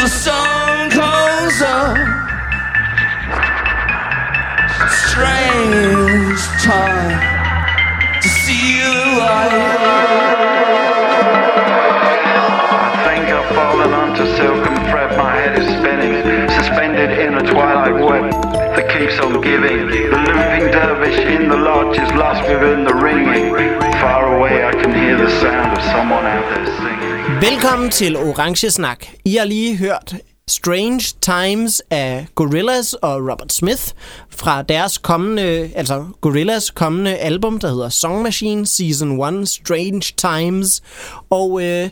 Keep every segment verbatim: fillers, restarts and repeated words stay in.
the sun comes up. Strange time to see the light. I think I've fallen onto silken thread. My head is spinning, suspended in a twilight web that keeps on giving. The looping dervish in the lodge is lost within the ringing. Far away I can hear the sound of someone out there singing. Velkommen til Orange Snak. I har lige hørt Strange Times af Gorillaz og Robert Smith fra deres kommende, altså Gorillaz kommende album, der hedder Song Machine Season et, Strange Times. Og øh,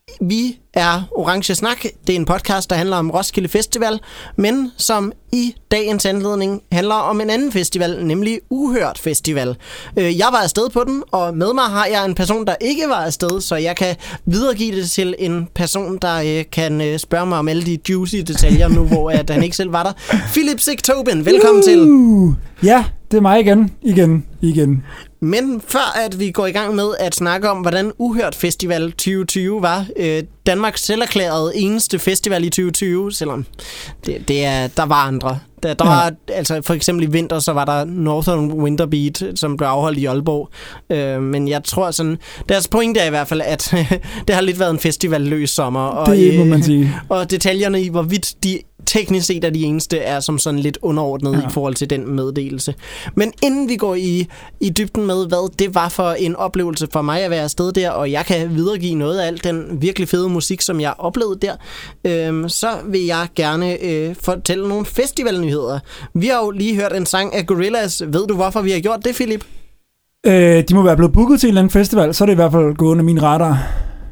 vi er Orange Snak. Det er en podcast, der handler om Roskilde Festival, men som i dagens anledning handler om en anden festival, nemlig Uhørt Festival. Jeg var afsted på den, og med mig har jeg en person, der ikke var afsted, så jeg kan videregive det til en person, der kan spørge mig om alle de juicy detaljer nu, hvor at han ikke selv var der. Philip Sigthoben, velkommen uh, til. Ja, det er mig igen, igen, igen. Men før at vi går i gang med at snakke om, hvordan Uhørt Festival tyve tyve var, øh, Danmarks selverklærede eneste festival i tyve tyve, selvom det, det er, der var andre. Der, der ja. var, altså for eksempel i vinter, så var der Northern Winter Beat, som blev afholdt i Aalborg. Øh, men jeg tror sådan, deres pointe er i hvert fald, at det har lidt været en festivalløs sommer. Og, det må man sige. Og detaljerne i, hvorvidt de teknisk set er de eneste, er som sådan lidt underordnet ja. i forhold til den meddelelse. Men inden vi går i, i dybden med, hvad det var for en oplevelse for mig at være afsted der, og jeg kan videregive noget af alt den virkelig fede musik, som jeg oplevede der, øh, så vil jeg gerne øh, fortælle nogle festivalnyheder. Vi har jo lige hørt en sang af Gorillaz. Ved du, hvorfor vi har gjort det, Philip? Øh, de må være blevet booket til en eller anden festival, så er det i hvert fald gået under min radar.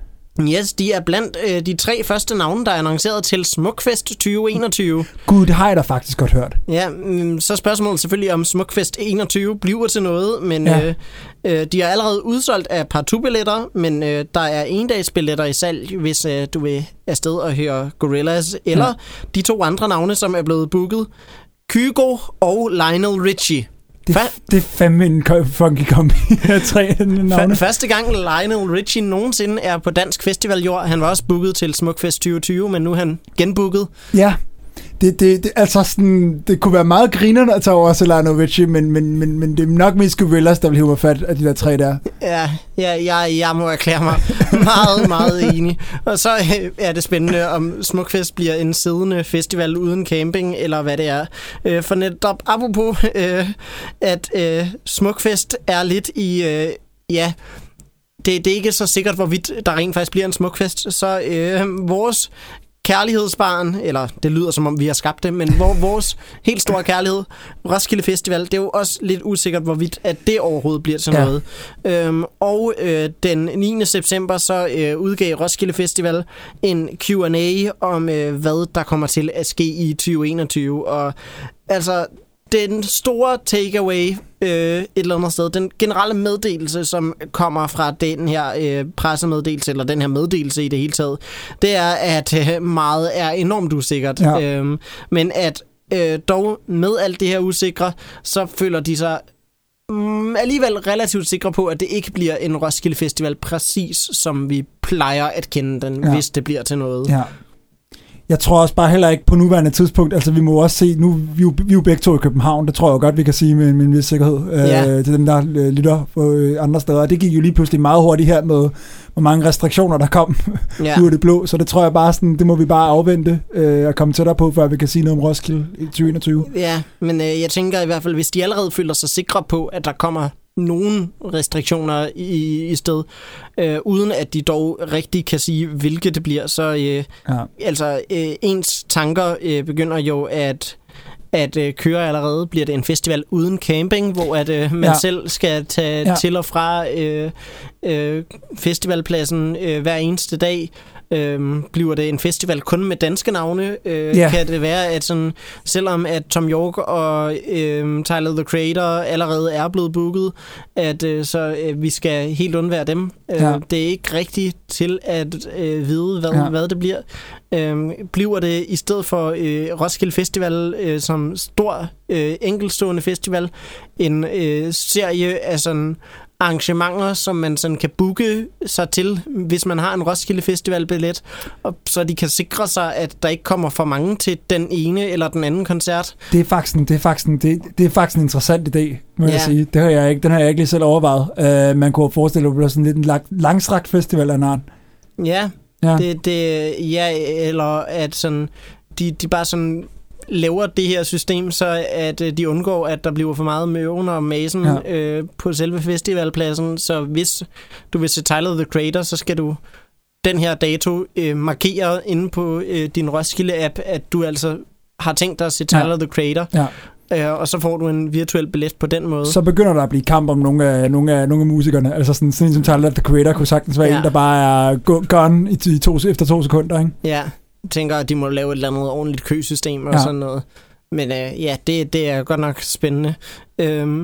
Yes, de er blandt øh, de tre første navne, der er annonceret til Smukfest tyve enogtyve. Gud, det har jeg da faktisk godt hørt. Ja, mm, så er spørgsmålet selvfølgelig, om Smukfest enogtyve bliver til noget, men ja. øh, øh, de er allerede udsolgt af partout-billetter, men øh, der er endagsbilletter i salg, hvis øh, du vil afsted og høre Gorillaz, eller ja. de to andre navne, som er blevet booket, Kygo og Lionel Richie. Det, Fa- det er fandme en funky kombi af tre navne. Første gang Lionel Richie nogensinde er på dansk festivaljord. Han var også booket til Smukfest tyve tyve, men nu er han genbooket. Ja, det, det, det, altså sådan, det kunne være meget grinerende at tage over til Lionel Richie, men, men, men, men det er nok mest Gorillaz, der vil hive mig fat af de der tre der. Ja, ja jeg, jeg må erklære mig meget, meget enig. Og så er det spændende, om Smukfest bliver en siddende festival uden camping, eller hvad det er. For netop apropos, at Smukfest er lidt i, ja... Det, det er ikke så sikkert, hvorvidt der rent faktisk bliver en Smukfest, så øh, vores kærlighedsbarn, eller det lyder som om vi har skabt det, men hvor, vores helt store kærlighed, Roskilde Festival, det er jo også lidt usikkert, hvorvidt at det overhovedet bliver til ja. noget. Øhm, og øh, den niende september så øh, udgav Roskilde Festival en Q and A om, øh, hvad der kommer til at ske i tyve enogtyve, og altså den store takeaway øh, et eller andet sted, den generelle meddelelse, som kommer fra den her øh, pressemeddelelse, eller den her meddelelse i det hele taget, det er, at øh, meget er enormt usikkert. Ja. Øhm, men at øh, dog med alt det her usikre, så føler de sig mm, alligevel relativt sikre på, at det ikke bliver en Roskilde Festival præcis som vi plejer at kende den, ja. hvis det bliver til noget. Ja. Jeg tror også bare heller ikke på nuværende tidspunkt, altså vi må også se, nu vi er vi jo begge to i København, det tror jeg jo godt, vi kan sige med, med en vis sikkerhed ja. øh, til dem, der øh, lytter på øh, andre steder. Det gik jo lige pludselig meget hurtigt her med, hvor mange restriktioner der kom ja. ud af det blå, så det tror jeg bare sådan, det må vi bare afvente øh, og komme tættere på, før vi kan sige noget om Roskilde i tyve enogtyve. Ja, men øh, jeg tænker i hvert fald, hvis de allerede føler sig sikre på, at der kommer nogle restriktioner i, i sted, øh, uden at de dog rigtig kan sige, hvilke det bliver, så øh, ja. altså øh, ens tanker øh, begynder jo at at øh, køre allerede. Bliver det en festival uden camping, hvor at øh, man ja. selv skal tage ja. til og fra øh, øh, festivalpladsen øh, hver eneste dag. Øhm, bliver det en festival kun med danske navne? Øh, yeah. Kan det være, at sådan, selvom at Tom York og øh, Tyler, the Creator allerede er blevet booket, at øh, så øh, vi skal helt undvære dem? Ja. Øh, det er ikke rigtigt til at øh, vide, hvad, ja. hvad det bliver. Øh, bliver det i stedet for øh, Roskilde Festival øh, som stor øh, enkeltstående festival, en øh, serie af sådan arrangementer, som man sådan kan booke sig til, hvis man har en Roskilde Festival-billet, og så de kan sikre sig, at der ikke kommer for mange til den ene eller den anden koncert. Det er faktisk en, det er faktisk en, det, det er faktisk en interessant idé, må Ja. jeg sige. Det har jeg ikke, den har jeg ikke lige selv overvejet. Uh, man kunne forestille sig, at det var sådan lidt en lang, langstrakt festival af en art. Ja, Ja. det, det, ja, eller at sådan, de, de bare sådan laver det her system, så at øh, de undgår, at der bliver for meget møven og masen Ja. øh, på selve festivalpladsen. Så hvis du vil se Tyler, the Creator, så skal du den her dato øh, markere inde på øh, din Roskilde-app, at du altså har tænkt dig at se Tyler, Ja. the Creator. Ja. Øh, og så får du en virtuel billet på den måde. Så begynder der at blive kamp om nogle af, nogle af, nogle af musikerne. Altså sådan, sådan en som Tyler, the Creator, kunne sagtens være Ja. en, der bare er go- gone i, i to, efter to sekunder, ikke? Ja, jeg tænker, at de må lave et eller andet ordentligt køsystem og Ja. sådan noget. Men øh, ja, det, det er godt nok spændende. Øhm,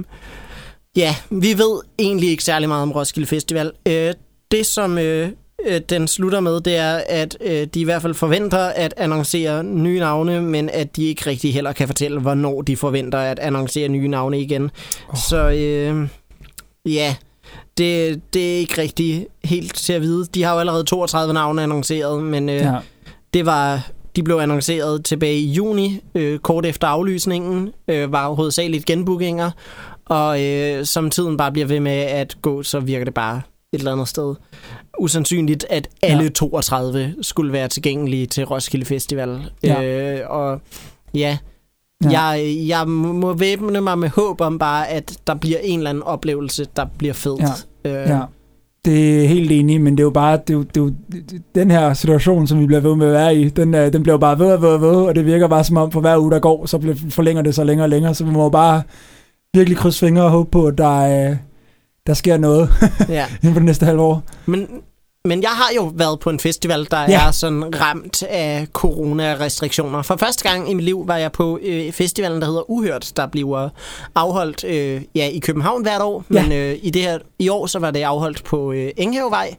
ja, vi ved egentlig ikke særlig meget om Roskilde Festival. Øh, det, som øh, øh, den slutter med, det er, at øh, de i hvert fald forventer at annoncere nye navne, men at de ikke rigtig heller kan fortælle, hvornår de forventer at annoncere nye navne igen. Oh. Så øh, ja, det, det er ikke rigtig helt til at vide. De har jo allerede toogtredive navne annonceret, men øh, Ja. det var... De blev annonceret tilbage i juni, øh, kort efter aflysningen, øh, var hovedsageligt genbookinger, og øh, som tiden bare bliver ved med at gå, så virker det bare et eller andet sted usandsynligt, at alle Ja. toogtredive skulle være tilgængelige til Roskilde Festival. Ja. Øh, og ja, Ja. jeg, jeg må væbne mig med håb om bare, at der bliver en eller anden oplevelse, der bliver fed. Ja. Øh, Ja. Det er helt enig, men det er jo bare, det er jo, det er jo, den her situation, som vi bliver ved med at være i, den, øh, den bliver jo bare ved og ved og ved, og det virker bare som om, for hver uge, der går, så bliver, forlænger det sig længere og længere, så vi må jo bare virkelig krydse fingre og håbe på, at der, øh, der sker noget ja. inden for det næste halve år. Men, men jeg har jo været på en festival, der Ja. er sådan ramt af coronarestriktioner. For første gang i mit liv var jeg på øh, festivalen, der hedder Uhørt, der bliver afholdt øh, ja, i København hvert år. Ja. Men øh, i det her i år, så var det afholdt på øh, Enghavevej.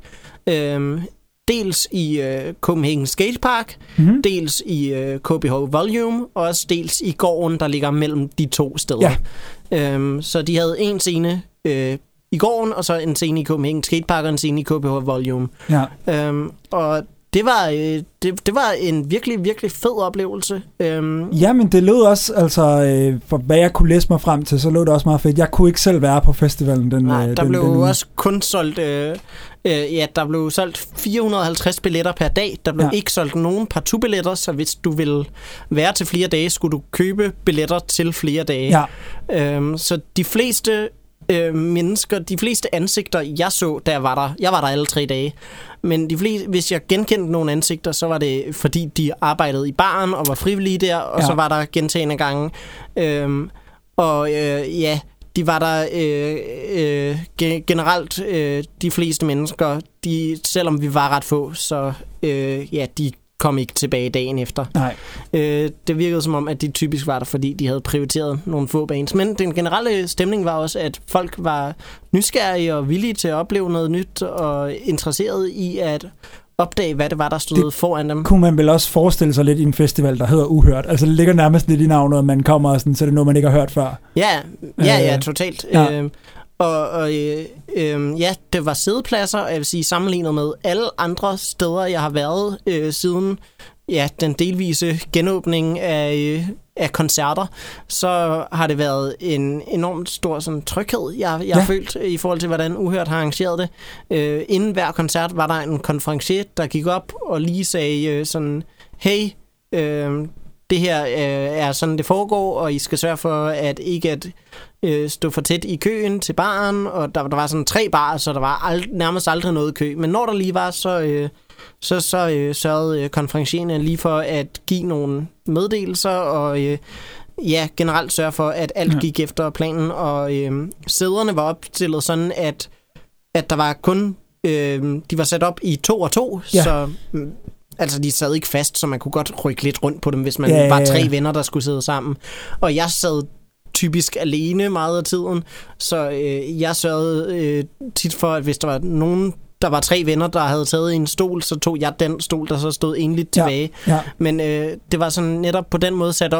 Øh, dels i øh, Copenhagen Skatepark, Mm-hmm. dels i øh, K B H Volume, og også dels i gården, der ligger mellem de to steder. Ja. Øhm, så de havde en scene øh, i gården, og så en scene i Copenhagen Skatepark, og en scene i K B H Volume. Ja. Øhm, og det var, øh, det, det var en virkelig, virkelig fed oplevelse. Øhm, Ja, men det lød også, altså, øh, for hvad jeg kunne læse mig frem til, så lød det også meget fedt. Jeg kunne ikke selv være på festivalen den nej, øh, der den, blev den uge. også kun solgt, øh, øh, ja, der blev solgt fire hundrede og halvtreds billetter per dag. Der blev Ja. ja. ikke solgt nogen partout-billetter, så hvis du ville være til flere dage, skulle du købe billetter til flere dage. Ja. Øhm, så de fleste øh, mennesker, de fleste ansigter, jeg så, da jeg var der, jeg var der alle tre dage, men de fleste, hvis jeg genkendte nogle ansigter, så var det, fordi de arbejdede i baren og var frivillige der, og Ja. så var der gentagne gange. Øhm, og øh, ja, de var der øh, øh, ge- generelt, øh, de fleste mennesker, de, selvom vi var ret få, så øh, ja, de kom ikke tilbage dagen efter. Nej. Øh, det virkede som om, at de typisk var der, fordi de havde prioriteret nogle få bands. Men den generelle stemning var også, at folk var nysgerrige og villige til at opleve noget nyt, og interesseret i at opdage, hvad det var, der stod Det foran dem. Kunne man vel også forestille sig lidt i en festival, der hedder Uhørt? Altså det ligger nærmest lidt i navnet, at man kommer og sådan, så det er noget, man ikke har hørt før. Ja, ja, ja, Øh, totalt. ja. Øh, og og øh, øh, ja, det var siddepladser, og jeg vil sige, sammenlignet med alle andre steder, jeg har været øh, siden ja, den delvise genåbning af, øh, af koncerter, så har det været en enormt stor sådan, tryghed, jeg, jeg ja. har følt i forhold til, hvordan Uhørt har arrangeret det. Øh, inden hver koncert var der en konferencier, der gik op og lige sagde øh, sådan, hey, øh, det her øh, er sådan, det foregår, og I skal sørge for, at ikke at øh, stå for tæt i køen til baren, og der, der var sådan tre barer, så der var ald- nærmest aldrig noget kø. Men når der lige var, så, øh, så, så øh, sørgede øh, konferencierne lige for at give nogle meddelelser, og øh, ja, generelt sørge for, at alt Ja. gik efter planen, og øh, sæderne var opstillet sådan, at, at der var kun, øh, de var sat op i to og to, Ja. så... Mm, altså, de sad ikke fast, så man kunne godt rykke lidt rundt på dem, hvis man Ja, ja, var ja. tre venner, der skulle sidde sammen. Og jeg sad typisk alene meget af tiden, så øh, jeg sørgede øh, tit for, at hvis der var nogen, der var tre venner, der havde taget en stol, så tog jeg den stol, der så stod enligt tilbage. Ja. Men øh, det var sådan netop på den måde sat op,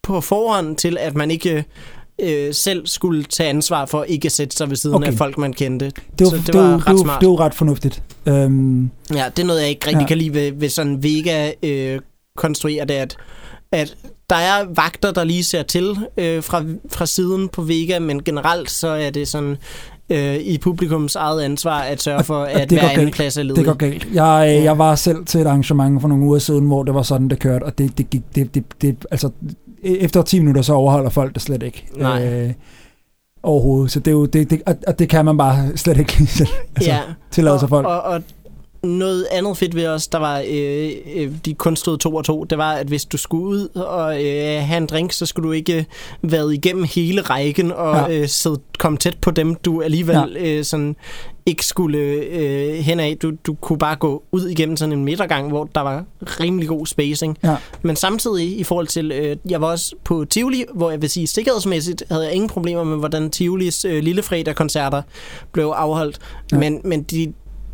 på forhånd til, at man ikke øh, selv skulle tage ansvar for ikke at sætte sig ved siden okay. af folk, man kendte. Det var, så det, det var var, ret smart. Det var ret fornuftigt. Um, ja, det er noget, jeg ikke rigtig ja. kan lide ved, ved sådan Vega øh, konstruere det, at, at der er vagter, der lige ser til øh, fra, fra siden på Vega, men generelt så er det sådan øh, i publikums eget ansvar at sørge for, at hver anden plads er ledig. Det går galt. Jeg, jeg var selv til et arrangement for nogle uger siden, hvor det var sådan, det kørte, og det, det gik, det, det, det, altså, efter ti minutter, så overholder folk det slet ikke. Nej. Øh, overhovedet. Så det er jo, det, det, og det kan man bare slet ikke altså, ja. tillade sig folk. Og, og, og noget andet fedt ved os, der var, øh, øh, de kun stod to og to, det var, at hvis du skulle ud og øh, have en drink, så skulle du ikke være igennem hele rækken og ja. øh, sidde, komme tæt på dem, du alligevel ja. øh, sådan ikke skulle øh, hen af. Du, du kunne bare gå ud igennem sådan en midtergang, hvor der var rimelig god spacing. Ja. Men samtidig i forhold til, øh, jeg var også på Tivoli, hvor jeg vil sige, sikkerhedsmæssigt havde jeg ingen problemer med, hvordan Tivolis øh, Lillefredag-koncerter blev afholdt. Ja. Men, men de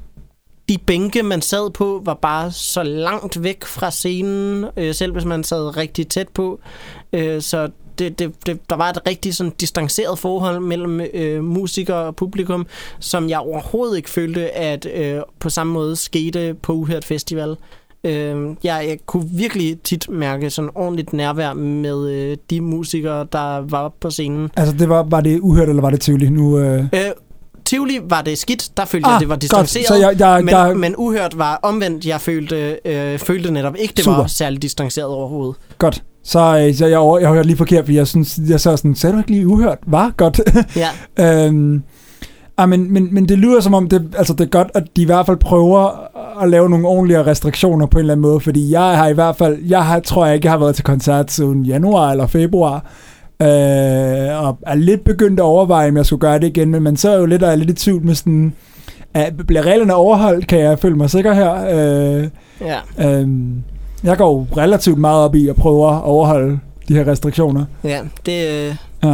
De bænke, man sad på, var bare så langt væk fra scenen, øh, selv hvis man sad rigtig tæt på. Øh, så det, det, det, der var et rigtig sådan distanceret forhold mellem øh, musikere og publikum, som jeg overhovedet ikke følte, at øh, på samme måde skete på Uhørt Festival. Øh, jeg, jeg kunne virkelig tit mærke sådan ordentligt nærvær med øh, de musikere, der var på scenen. Altså, det var, var det Uhørt, eller var det Tivoli? Nu, øh... Øh, Tivoli var det skidt, der følte ah, jeg, det var distanceret, så jeg, jeg, men, jeg, men Uhørt var omvendt, jeg følte, øh, følte netop ikke, det super. Var særlig distanceret overhovedet. Godt, så, så jeg, jeg hørte lige forkert, for jeg synes, jeg så sådan, sagde du ikke lige Uhørt? Var godt. Ja. øhm, ah, men, men, men det lyder som om, det, altså det er godt, at de i hvert fald prøver at lave nogle ordentlige restriktioner på en eller anden måde, fordi jeg har i hvert fald, jeg har, tror jeg ikke, jeg har været til koncert siden januar eller februar, Øh, og er lidt begyndt at overveje, om jeg skulle gøre det igen, men man så er jo lidt, og er lidt i tvivl med sådan, at bliver reglerne overholdt, kan jeg føle mig sikker her. Øh, ja. øh, jeg går jo relativt meget op i at prøve at overholde de her restriktioner. Ja, det... Øh... Ja.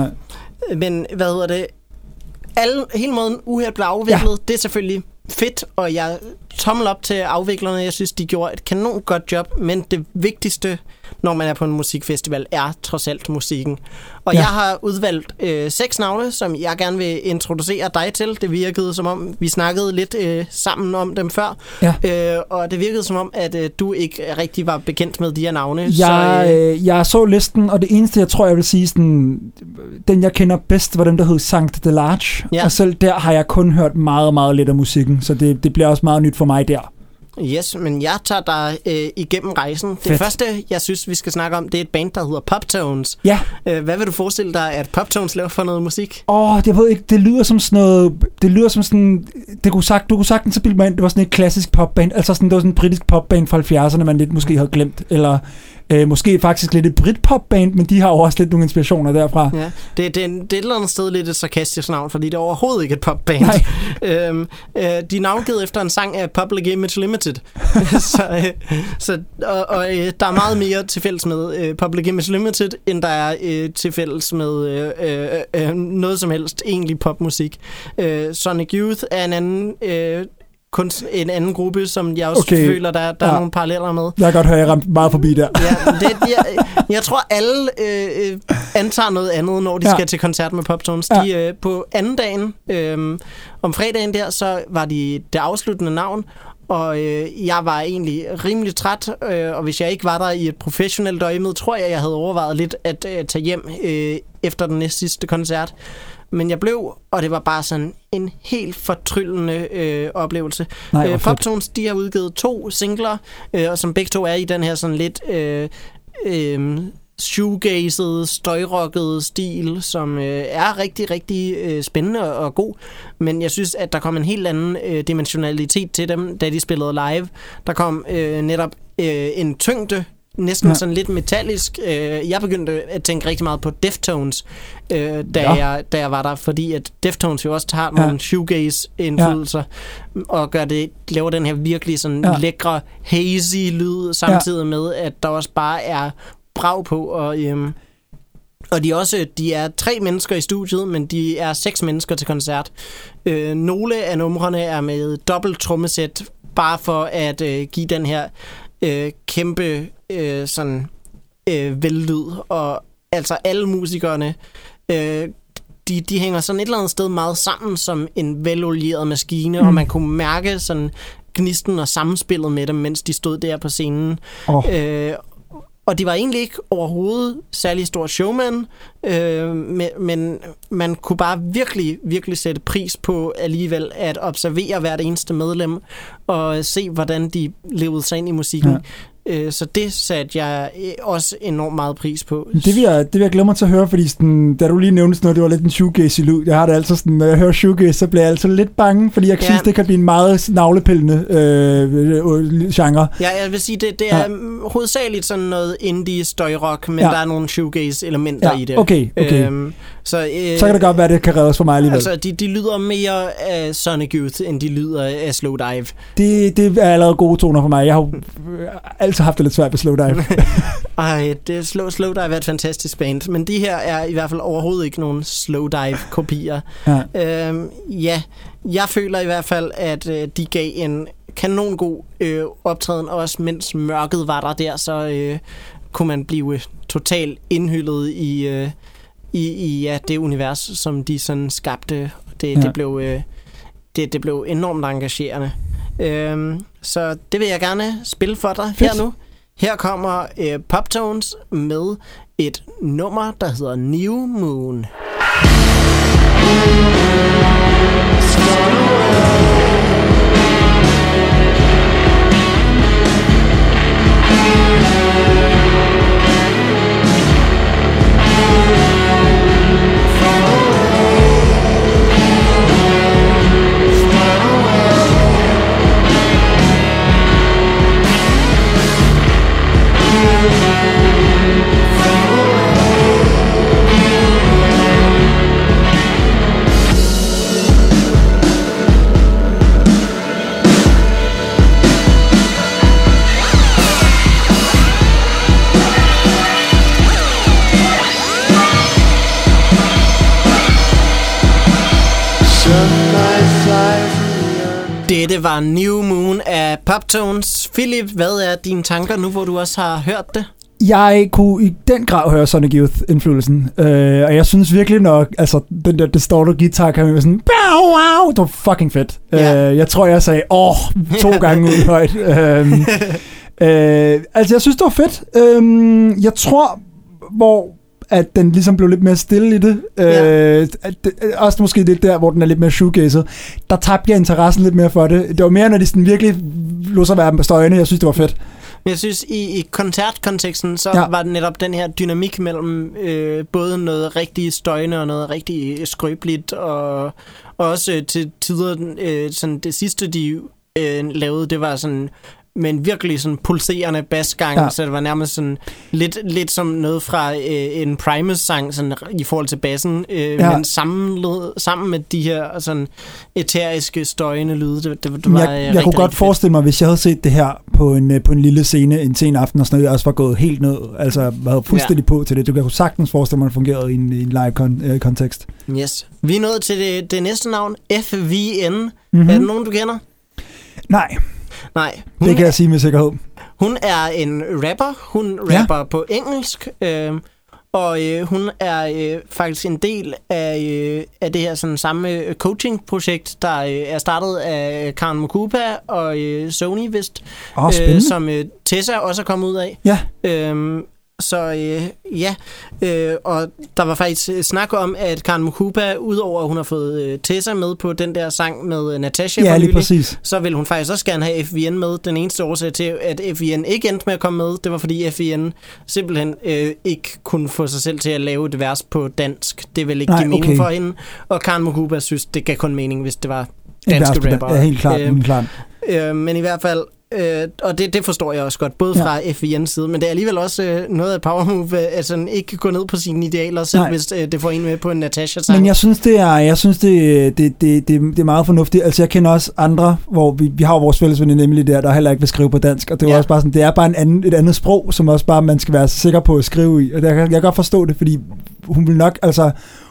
Men hvad hedder det? Alle, hele måden Uhørt blev afviklet, ja. Det er selvfølgelig fedt, og jeg tommel op til afviklerne. Jeg synes, de gjorde et kanon godt job, men det vigtigste, når man er på en musikfestival, er trods alt musikken. Og ja. Jeg har udvalgt øh, seks navne, som jeg gerne vil introducere dig til. Det virkede som om, vi snakkede lidt øh, sammen om dem før. Ja. Øh, og det virkede som om, at øh, du ikke rigtig var bekendt med de her navne. Jeg så, øh, jeg så listen, og det eneste, jeg tror, jeg vil sige, sådan, den jeg kender bedst, var den, der hed Sankt Delarge. Ja. Og selv der har jeg kun hørt meget, meget lidt af musikken, så det, det bliver også meget nyt for mig der. Yes, men jeg tager dig øh, igennem rejsen. Det Fedt. Første, jeg synes, vi skal snakke om, det er et band, der hedder Poptones. Ja. Øh, hvad vil du forestille dig, at Poptones laver for noget musik? Åh, oh, jeg ved ikke, det lyder som sådan noget, det lyder som sådan, det kunne sagt, du kunne sagtens så bilde mig ind, det var sådan et klassisk popband, altså sådan, det var sådan et britisk popband fra halvfjerdserne, man lidt måske havde glemt, eller øh, måske faktisk lidt et britpopband, men de har jo også lidt nogle inspirationer derfra. Ja, det, det, er, en, det er et eller andet sted lidt et sarkastisk navn, fordi det er overhovedet ikke et popband. Nej. øhm, øh, de er navngivet efter en sang af Public Image Limited. så, øh, så, og, og øh, der er meget mere til fælles med øh, Public Image Limited, end der er øh, til fælles med øh, øh, øh, noget som helst egentlig popmusik. Øh, Sonic Youth er en anden øh, kun en anden gruppe, som jeg også okay. føler, der, der ja. Er nogle paralleller med. Jeg kan godt høre, jeg ramte meget forbi der. Ja, det, jeg, jeg tror, alle øh, antager noget andet, når de ja. Skal til koncert med Poptones. Ja. De, øh, på anden dagen, øh, om fredagen der, så var de det afsluttende navn, og øh, jeg var egentlig rimelig træt, øh, og hvis jeg ikke var der i et professionelt øjemed, tror jeg, jeg havde overvejet lidt at øh, tage hjem øh, efter den næste sidste koncert. Men jeg blev, og det var bare sådan en helt fortryllende øh, oplevelse. Nej, øh, Poptones, de har udgivet to singler, øh, og som begge to er i den her sådan lidt øh, øh, shoegazede, støjrockede stil, som øh, er rigtig, rigtig øh, spændende og god. Men jeg synes, at der kom en helt anden øh, dimensionalitet til dem, da de spillede live. Der kom øh, netop øh, en tyngde, næsten ja. Sådan lidt metallisk. Jeg begyndte at tænke rigtig meget på Deftones, da, ja. jeg, da jeg var der, fordi at Deftones jo også tager nogle ja. Shoegaze-indflydelser ja. Og gør det, laver den her virkelig sådan ja. Lækre, hazy lyd, samtidig ja. Med, at der også bare er brag på, og øhm, og de, også, de er tre mennesker i studiet, men de er seks mennesker til koncert. Øh, nogle af numrene er med dobbelt trommesæt, bare for at øh, give den her øh, kæmpe øh, sådan øh, vellyd, og altså alle musikerne, øh, de, de hænger sådan et eller andet sted meget sammen som en velolieret maskine, mm. og man kunne mærke sådan gnisten og samspillet med dem, mens de stod der på scenen. Oh. Øh, og de var egentlig ikke overhovedet særlig stor showman, øh, men, men man kunne bare virkelig, virkelig sætte pris på alligevel at observere hvert eneste medlem og se, hvordan de levede sig ind i musikken. Ja. Så det satte jeg også enormt meget pris på. Det vil jeg, det vil jeg glæde mig til at høre, fordi sådan, da du lige nævnte sådan noget, det var lidt en shoegaze-lyd. Jeg har det altid sådan, når jeg hører shoegaze, så bliver jeg altid lidt bange, fordi jeg ja. synes, det kan blive en meget navlepillende øh, genre. Ja, jeg vil sige, det, det er ja. hovedsageligt sådan noget indie-støjrock, men ja. der er nogle shoegaze-elementer ja. i det. Okay, okay. Øhm, så, øh, så kan det godt være, at det kan reddes for mig alligevel. Altså, de, de lyder mere af Sonic Youth, end de lyder af Slowdive. Det, det er allerede gode toner for mig. Jeg har altid haft det lidt svært ved Slowdive. Ej, det slow, Slowdive er et fantastisk band, men de her er i hvert fald overhovedet ikke nogen Slowdive-kopier. Ja. Øhm, ja, jeg føler i hvert fald, at øh, de gav en kanongod øh, optræden, også mens mørket var der der, så øh, kunne man blive totalt indhyllet i, øh, i, i ja, det univers, som de sådan skabte. Det, ja. det, blev, øh, det, det blev enormt engagerende. Øhm, så det vil jeg gerne spille for dig her nu. Her kommer øh, Poptones med et nummer, der hedder New Moon. Dette var New Moon af Poptones. Philip, hvad er dine tanker nu, hvor du også har hørt det? Jeg kunne i den grad høre Sonic Youth-indflydelsen, øh, og jeg synes virkelig nok, altså den der distorted guitar kan være sådan, wow, wow, det var fucking fedt. Yeah. Øh, jeg tror, jeg sagde, åh, to gange ud højt. øh, øh, altså, jeg synes, det var fedt. Øh, jeg tror, hvor at den ligesom blev lidt mere stille i det. Yeah. Øh, det også måske lidt der, hvor den er lidt mere shoegazet. Der tabte jeg interessen lidt mere for det. Det var mere, når de sådan virkelig lå sig være støjende. Jeg synes, det var fedt. Jeg synes, i, i koncertkonteksten, så ja. var det netop den her dynamik mellem øh, både noget rigtig støjende og noget rigtig skrøbeligt, og, og også øh, til tider, øh, sådan det sidste, de øh, lavede, det var sådan med en virkelig sådan pulserende basgang, ja. så det var nærmest sådan lidt, lidt som noget fra øh, en Primus-sang sådan, i forhold til bassen, øh, ja. men sammen, sammen med de her sådan eteriske, støjende lyde. Det, det, det var jeg jeg rigtig, kunne godt forestille mig, hvis jeg havde set det her på en, på en lille scene en sen aften, og sådan noget, jeg også var gået helt ned, altså var fuldstændig ja. på til det. Du kan sagtens forestille mig, at det fungerede i en, i en live-kontekst. Øh, yes. Vi er nået til det, det næste navn, F V N. Mm-hmm. Er det nogen, du kender? Nej. Nej. Det kan jeg sige med sikkerhed. Hun er en rapper. Hun rapper ja. på engelsk. Øh, og øh, hun er øh, faktisk en del af, øh, af det her sådan, samme coaching-projekt, der øh, er startet af Karen Mukupa og øh, Sony, vist. Oh, øh, som øh, Tessa også er kommet ud af. Ja. Øh, Så øh, ja, øh, og der var faktisk snak om, at Karen Mukupa, udover at hun har fået øh, Tessa med på den der sang med øh, Natasha, ja, lige præcis, så vil hun faktisk også gerne have F V N med. Den eneste årsag til, at F V N ikke endte med at komme med, det var fordi F V N simpelthen øh, ikke kunne få sig selv til at lave et vers på dansk. Det ville ikke Nej, give mening okay. for hende, og Karen Mukupa synes, det gav kun mening, hvis det var danske rapper. Ja, helt klart, øh, helt klart. Øh, men i hvert fald, øh, og det, det forstår jeg også godt, både fra ja. F V N's side, men det er alligevel også øh, noget af power move, at sådan ikke gå ned på sine idealer, selv Nej. hvis øh, det får en med på en Natasha-sang. Men jeg synes, det er, jeg synes det, det, det, det, det er meget fornuftigt. Altså, jeg kender også andre, hvor vi, vi har jo vores fælles veninde Emily der, der heller ikke vil skrive på dansk, og det er ja. også bare sådan, det er bare en anden, et andet sprog, som også bare man skal være sikker på at skrive i, og der, jeg kan godt forstå det, fordi hun vil nok, altså,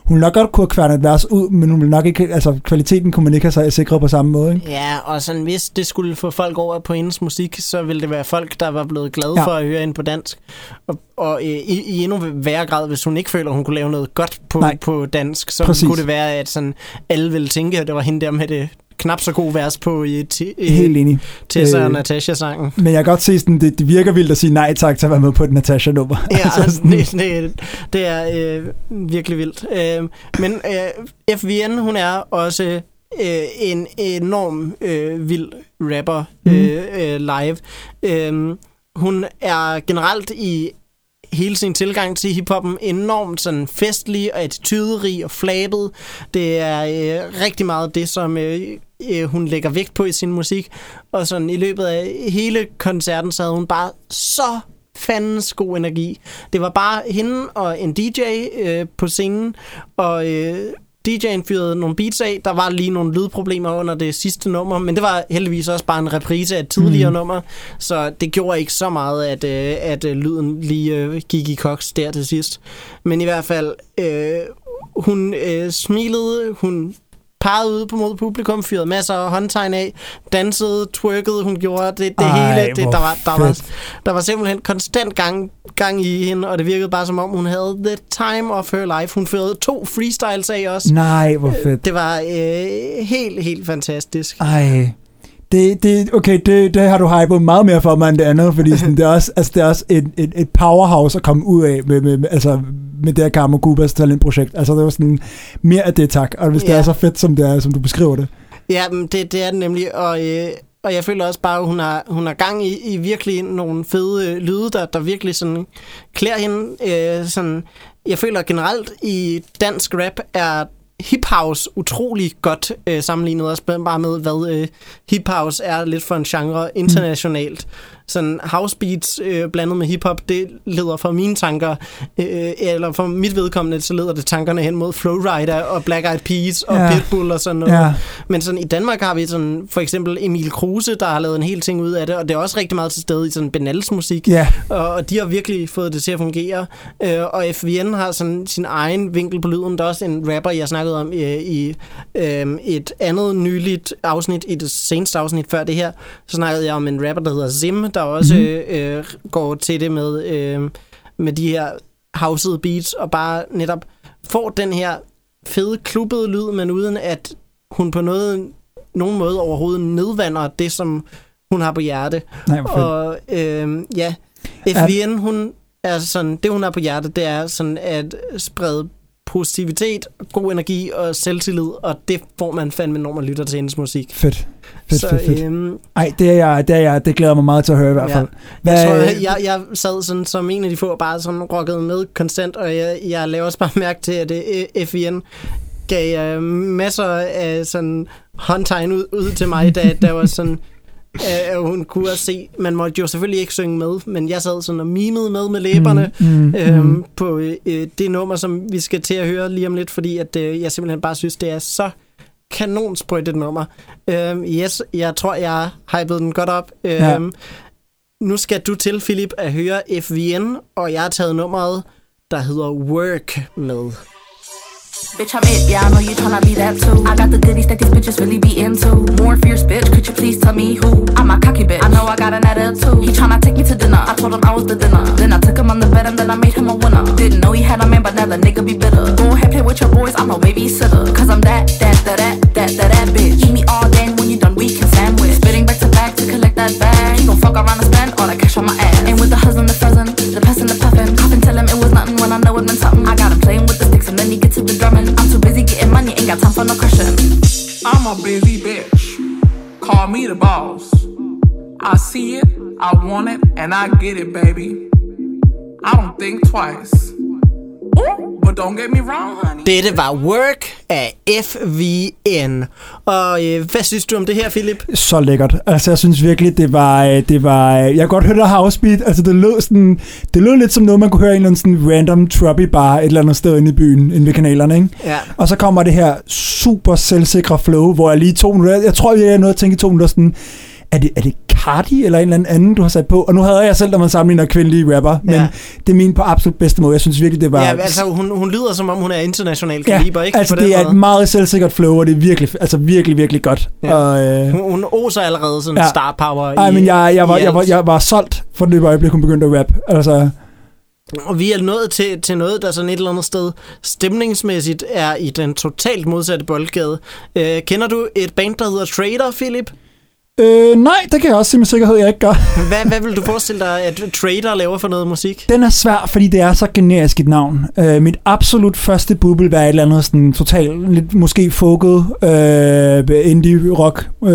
hun nok godt kunne kværne et vers ud, men hun vil nok ikke, altså kvaliteten kunne man ikke have sig sikret på samme måde, ikke? Ja, og sådan hvis det skulle få folk over på hendes musik, så ville det være folk, der var blevet glade ja. for at høre hende på dansk. Og, og i, i endnu værre grad, hvis hun ikke føler, hun kunne lave noget godt på, på dansk, så Præcis. kunne det være, at sådan, alle ville tænke, at det var hende der med det knap så god vers på i, i, Helt enig. Tessa og øh, Natasha-sangen. Men jeg kan godt se, sådan, det, det virker vildt at sige nej tak til at være med på et Natasha-nummer. Ja, altså, det, det, det er øh, virkelig vildt. Øh, men øh, F V N, hun er også øh, en enorm øh, vild rapper øh, øh, live. Øh, hun er generelt i hele sin tilgang til hiphoppen enormt sådan festlig og attituderig og flabet. Det er øh, rigtig meget det, som øh, øh, hun lægger vægt på i sin musik. Og sådan i løbet af hele koncerten, så havde hun bare så fandens god energi. Det var bare hende og en D J øh, på scenen, og øh, D J'en fyrede nogle beats af. Der var lige nogle lydproblemer under det sidste nummer, men det var heldigvis også bare en reprise af et tidligere mm. nummer, så det gjorde ikke så meget, at, øh, at øh, lyden lige øh, gik i koks der til sidst. Men i hvert fald, øh, hun øh, smilede, hun pegede ud på mod publikum, fyrede masser af håndtegn af, dansede, twerkede, hun gjorde det, det Ej, hele. Det, der, var, der, var, der var simpelthen konstant gang, gang i hende, og det virkede bare som om, hun havde the time of her life. Hun førte to freestyles af også. Nej, hvor fedt. Det var øh, helt, helt fantastisk. Ej, det, det, okay, det, det har du hypet meget mere for mig end det andet, fordi sådan, det er også, altså, det er også et, et, et powerhouse at komme ud af med, med, med, altså, med det her Kammergubas talentprojekt. Altså det var sådan mere af det, tak. Og hvis ja. det er så fedt, som det er, som du beskriver det. Ja, men det, det er det nemlig, og, øh, og jeg føler også bare, at hun har, hun har gang i, i virkelig nogle fede øh, lyde, der, der virkelig sådan klæder hende. Øh, sådan, jeg føler generelt i dansk rap er hip house utrolig godt øh, sammenlignet også bare med, hvad øh, hip house er lidt for en genre internationalt. Mm. Sådan house beats øh, blandet med hiphop, det leder for mine tanker, øh, eller for mit vedkommende, så leder det tankerne hen mod Flowrider og Black Eyed Peas og yeah. Pitbull og sådan noget. Yeah. Men sådan i Danmark har vi sådan for eksempel Emil Kruse, der har lavet en hel ting ud af det, og det er også rigtig meget til stede i sådan Benals musik, yeah. og, og de har virkelig fået det til at fungere. Øh, og F V N har sådan sin egen vinkel på lyden. Der er også en rapper, jeg snakkede om i, i øh, et andet nyligt afsnit, i det seneste afsnit før det her, så snakkede jeg om en rapper, der hedder Zim, der også mm-hmm. øh, går til det med, øh, med de her housede beats, og bare netop får den her fede, klubbede lyd, men uden at hun på noget, nogen måde overhovedet nedvander det, som hun har på hjerte. Nej, og øh, ja, F V N, hun er sådan, det hun har på hjerte, det er sådan at sprede positivitet, god energi og selvtillid, og det får man fandme, når man lytter til hendes musik. Fedt. Fedt, så, fedt, fedt. Øhm, Ej, det er jeg, det er jeg, det glæder mig meget til at høre i hvert fald. Ja. Hvad, jeg tror, jeg, jeg, jeg sad sådan som en af de få, bare sådan rockede med konstant, og jeg, jeg lavede også bare mærke til, at F V N gav uh, masser af sådan håndtegn ud, ud til mig, da der var sådan, at uh, hun kunne også se, man måtte jo selvfølgelig ikke synge med, men jeg sad sådan og mimede med med læberne mm, mm, øhm, mm. på uh, det nummer, som vi skal til at høre lige om lidt, fordi at, uh, jeg simpelthen bare synes, det er så kanonsprøjt et nummer. Øhm, yes, jeg tror, jeg har hypet den godt op. Øhm, ja. Nu skal du til, Philip, at høre F V N, og jeg har taget nummeret, der hedder Work med. Bitch, I'm it, yeah, I know you tryna be that too. I got the goodies that these bitches really be into. More fierce, bitch, could you please tell me who? I'm a cocky bitch, I know I got an attitude. He tryna take me to dinner, I told him I was the dinner. Then I took him on the bed and then I made him a winner. Didn't know he had a man, but now the nigga be bitter. Go ahead, play with your boys, I'm no babysitter. Cause I'm that, that, that, that, that, that, that bitch. Eat me all day and when you done, we can sandwich. Spitting back to back to collect that bag. He gon' fuck around and spend all that cash on my ass. And with the hustlin', the fuzzin', the pessin', the puffin'. Coughin', tell him it was nothing when I know it meant something. I got him playing with the sticks and then he get to the drumming. I'm too busy getting money, ain't got time for no crushing. I'm a busy bitch. Call me the boss. I see it, I want it, and I get it, baby. I don't think twice. Ooh, but don't get me wrong, honey. Dette var Work af F V N. Og øh, hvad synes du om det her, Philip? Så lækkert. Altså, jeg synes virkelig, det var... Det var jeg kan godt høre det house beat. Altså, det lød sådan... Det lød lidt som noget, man kunne høre i en eller anden sådan random troppy bar et eller andet sted inde i byen, inde ved kanalerne, ikke? Ja. Og så kommer det her super selvsikre flow, hvor jeg lige to minutter... Jeg tror, jeg er nødt til at tænke i to minutter sådan... er det, er det Cardi eller en eller anden, du har sat på? Og nu havde jeg selv, da man sammenligner kvindelige rapper, men ja. det er min på absolut bedste måde. Jeg synes virkelig, det var... Ja, altså hun, hun lyder som om, hun er international kaliber, ja, ikke? altså på det den er måde. et meget selvsikkert flow, og det er virkelig, altså virkelig, virkelig godt. Ja. Og, øh, hun, hun oser allerede sådan ja. star power i... Ej, men jeg, jeg, var, jeg, var, jeg var solgt for det øjeblik, hun begyndte at rap. Altså... Og vi er nået til, til noget, der sådan et eller andet sted stemningsmæssigt er i den totalt modsatte boldgade. Øh, kender du et band, der hedder Trader, Philip? Øh, nej, det kan jeg også sige med sikkerhed, jeg ikke gør. Hvad, hvad vil du forestille dig, at Trader laver for noget musik? Den er svær, fordi det er så generisk et navn. Øh, mit absolut første bud vil være et eller andet sådan totalt, lidt måske folket øh, indie rock. Øh.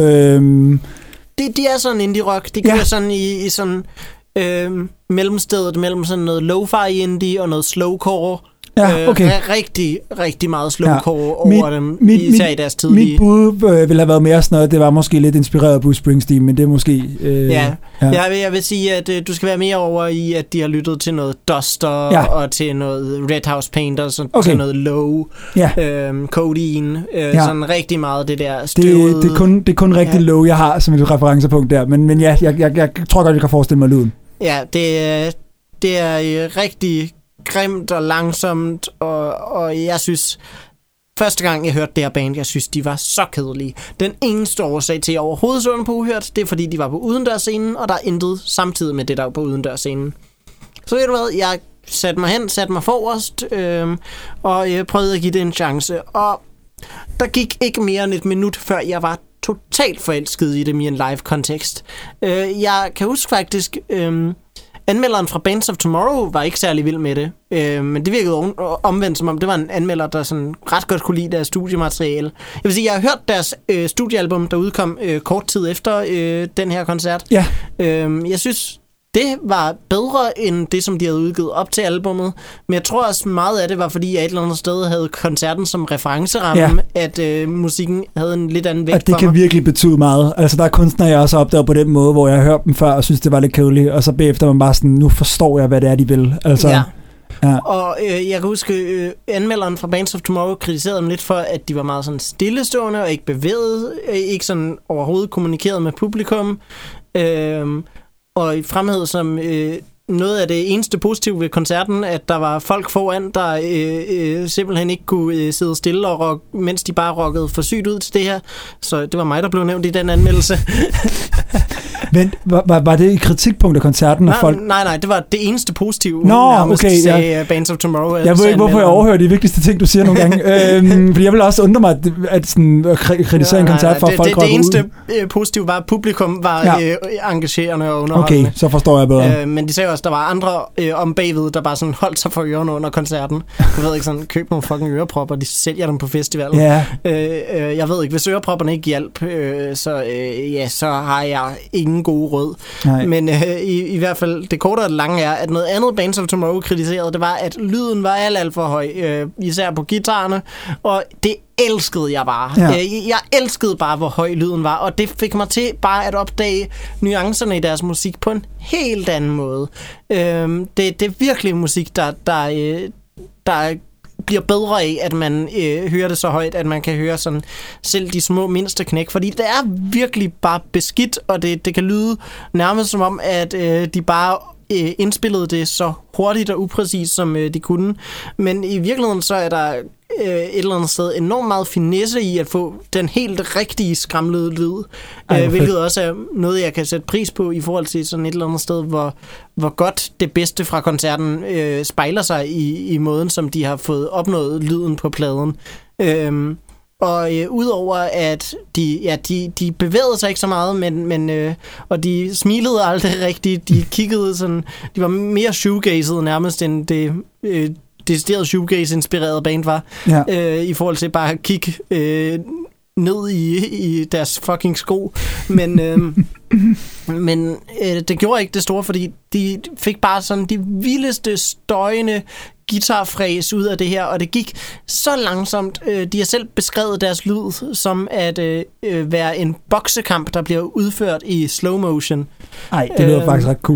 Det, de er sådan indie rock. De gør ja. sådan i, i sådan øh, mellemstedet mellem sådan noget lo-fi indie og noget slowcore. Ja, okay. Øh, rigtig, rigtig meget slowcore ja. over mit, dem, mit, især i deres tidlige... Mit bud øh, ville have været mere sådan noget, det var måske lidt inspireret af Bruce Springsteen, men det er måske... Øh, ja, ja. Jeg, vil, jeg vil sige, at øh, du skal være mere over i, at de har lyttet til noget Duster ja. og til noget Red House Painters og okay. til noget Low, ja. øh, Codeine, øh, ja. sådan rigtig meget det der støvede... Det, det, er, kun, det er kun rigtig ja. Low, jeg har som et referencepunkt der, men, men ja, jeg, jeg, jeg tror godt, jeg kan forestille mig lyden. Ja, det, det er øh, rigtig... grimt og langsomt, og, og jeg synes, første gang jeg hørte det her band, jeg synes, de var så kedelige. Den eneste årsag til, at jeg overhovedet så den på Uhørt, det er, fordi de var på udendørsscenen, og der er intet samtidig med det, der var på udendørsscenen. Så ved du hvad, jeg satte mig hen, satte mig forrest, øh, og jeg prøvede at give det en chance, og der gik ikke mere end et minut, før jeg var totalt forelsket i det i en live-kontekst. Øh, jeg kan huske faktisk... Øh, Anmelderen fra Bands of Tomorrow var ikke særlig vild med det, øh, men det virkede omvendt, som om det var en anmelder, der sådan ret godt kunne lide deres studiemateriale. Jeg vil sige, jeg har hørt deres øh, studiealbum, der udkom øh, kort tid efter øh, den her koncert. Ja. Øh, jeg synes, det var bedre end det, som de havde udgivet op til albummet, men jeg tror også meget af det var, fordi jeg et eller andet sted havde koncerten som referenceramme, ja. at øh, musikken havde en lidt anden vægt for mig. Og det kan virkelig betyde meget. Altså, der er kunstnere, jeg også opdaget på den måde, hvor jeg har hørt dem før og synes, det var lidt kedeligt, og så bagefter man bare sådan, nu forstår jeg, hvad det er, de vil. Altså, ja. Ja. Og øh, jeg kan huske, øh, anmelderen fra Bands of Tomorrow kritiserede dem lidt for, at de var meget sådan stillestående og ikke bevæget, øh, ikke sådan overhovedet kommunikeret med publikum. Øh, og i fremhed som øh, noget af det eneste positive ved koncerten, at der var folk foran, der øh, øh, simpelthen ikke kunne øh, sidde stille, og rock, mens de bare rockede for sygt ud til det her. Så det var mig, der blev nævnt i den anmeldelse. Men var, var, var det i kritikpunkt af koncerten? Nej, folk... nej, nej, det var det eneste positive. Nå, okay, sagde ja. Bands of Tomorrow. Jeg ved ikke, hvorfor jeg overhører de vigtigste ting, du siger nogle gange. øhm, fordi jeg vil også undre mig, at, at, sådan, at kritisere ja, en koncert for, at folk det, det, det eneste ud. positive var, at publikum var ja. øh, engagerende og underholdende. Okay, så forstår jeg bedre. Øh, men de sagde også, at der var andre øh, om bagved, der bare sådan holdt sig for ørerne under koncerten. Jeg ved ikke, sådan, køb nogle fucking ørepropper, de sælger dem på festivalen. Ja. Øh, øh, jeg ved ikke, hvis ørepropperne ikke hjælp, øh, så, øh, ja, så har jeg ingen gode råd. Nej. Men øh, i, i hvert fald, det korte og det lange er, at noget andet Bands of Tomorrow kritiserede, det var, at lyden var alt, alt for høj, øh, især på guitarerne, og det elskede jeg bare. Ja. Øh, jeg elskede bare, hvor høj lyden var, og det fik mig til bare at opdage nuancerne i deres musik på en helt anden måde. Øh, det, det er virkelig musik, der, der, øh, der bliver bedre af, at man øh, hører det så højt, at man kan høre sådan selv de små mindste knæk, fordi det er virkelig bare beskidt, og det, det kan lyde nærmest som om, at øh, de bare øh, indspillede det så hurtigt og upræcist, som øh, de kunne. Men i virkeligheden så er der øh, et eller andet sted enormt meget finesse i at få den helt rigtige skramlede lyd, Ej, øh, hvilket også er noget, jeg kan sætte pris på i forhold til sådan et eller andet sted, hvor, hvor godt det bedste fra koncerten øh, spejler sig i, i måden, som de har fået opnået lyden på pladen. Øhm, og øh, udover at de, ja, de, de bevægede sig ikke så meget, men, men, øh, og de smilede aldrig rigtigt, de kiggede sådan, de var mere shoegazede nærmest, end det øh, decideret shoegaze-inspirerede band var, ja. øh, i forhold til bare at kigge øh, ned i, i deres fucking sko. Men, øh, men øh, det gjorde ikke det store, fordi de fik bare sådan de vildeste støjende guitarfræs ud af det her, og det gik så langsomt. De har selv beskrevet deres lyd som at øh, være en boksekamp, der bliver udført i slow motion. Ej, det lyder øh, faktisk ret cool.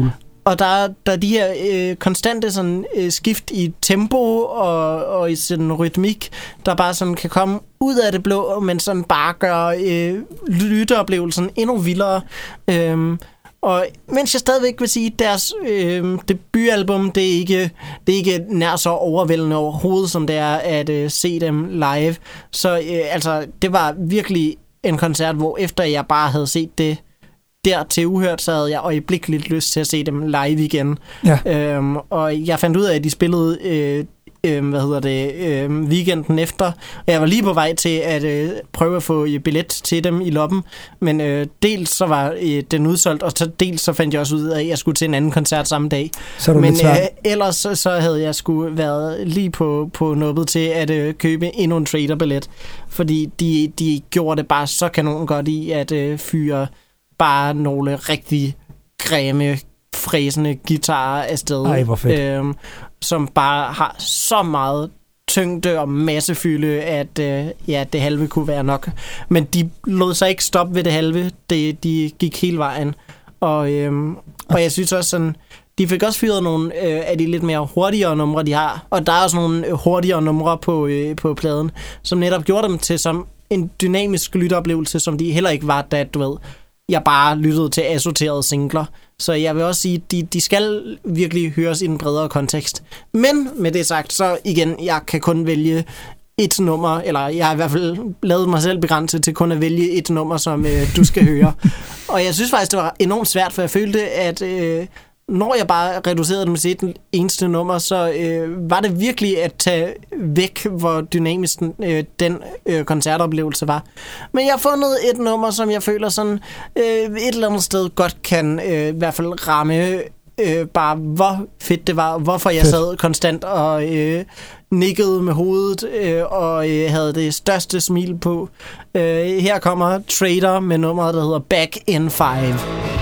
og der, der er de her øh, konstante sådan, øh, skift i tempo og, og i sådan rytmik, der bare sådan kan komme ud af det blå, men sådan bare gør øh, lytteoplevelsen endnu vildere. Øhm, og mens jeg stadigvæk vil sige, at deres øh, debutalbum, det er, ikke, det er ikke nær så overvældende overhovedet, som det er at øh, se dem live. Så øh, altså, det var virkelig en koncert, hvor efter jeg bare havde set det der til uhørt, så havde jeg øjeblikkeligt lyst til at se dem live igen. Ja. Øhm, og jeg fandt ud af, at de spillede øh, øh, hvad hedder det, øh, weekenden efter, og jeg var lige på vej til at øh, prøve at få billet til dem i loppen, men øh, dels så var øh, den udsolgt, og så dels så fandt jeg også ud af, at jeg skulle til en anden koncert samme dag. Men øh, ellers så, så havde jeg skulle været lige på, på nubbet til at øh, købe endnu en trader-billet, fordi de, de gjorde det bare så kanon godt i at øh, fyre bare nogle rigtig grimme, fræsende guitarer afsted. Ej, hvor fedt. Øhm, som bare har så meget tyngde og massefylde, at øh, ja, det halve kunne være nok. Men de lod sig ikke stoppe ved det halve. De, de gik hele vejen. Og, øhm, og jeg synes også sådan, de fik også fyret nogle øh, af de lidt mere hurtigere numre, de har. Og der er også nogle hurtigere numre på, øh, på pladen, som netop gjorde dem til som en dynamisk lytteoplevelse, som de heller ikke var, da du ved, jeg bare lyttede til assorterede singler. Så jeg vil også sige, at de, de skal virkelig høres i en bredere kontekst. Men med det sagt, så igen, jeg kan kun vælge et nummer, eller jeg har i hvert fald lavet mig selv begrænset til kun at vælge et nummer, som øh, du skal høre. Og jeg synes faktisk, det var enormt svært, for jeg følte, at øh, når jeg bare reducerede dem til et eneste nummer, så øh, var det virkelig at tage væk, hvor dynamisk øh, den øh, koncertoplevelse var. Men jeg har fundet et nummer, som jeg føler sådan øh, et eller andet sted godt kan øh, i hvert fald ramme øh, bare, hvor fedt det var, hvorfor jeg sad konstant og øh, nikkede med hovedet øh, og øh, havde det største smil på. Øh, her kommer Trader med nummeret, der hedder Back in Five.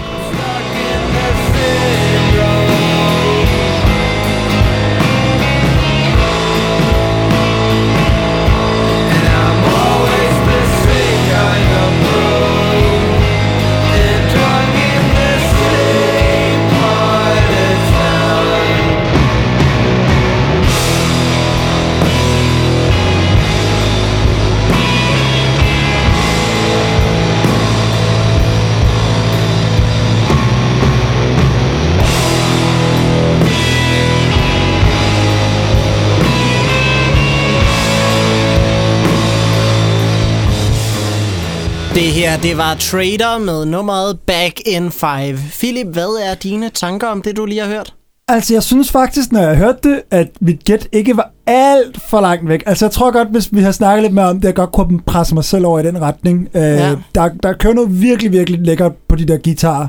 Det her, det var Trader med nummeret Back in Five. Philip, hvad er dine tanker om det, du lige har hørt? Altså, jeg synes faktisk, når jeg hørte det, at mit gæt ikke var alt for langt væk. Altså, jeg tror godt, hvis vi har snakket lidt mere om det, jeg godt kunne presse mig selv over i den retning. Ja. Øh, der, der kører noget virkelig, virkelig lækkert på de der guitarer.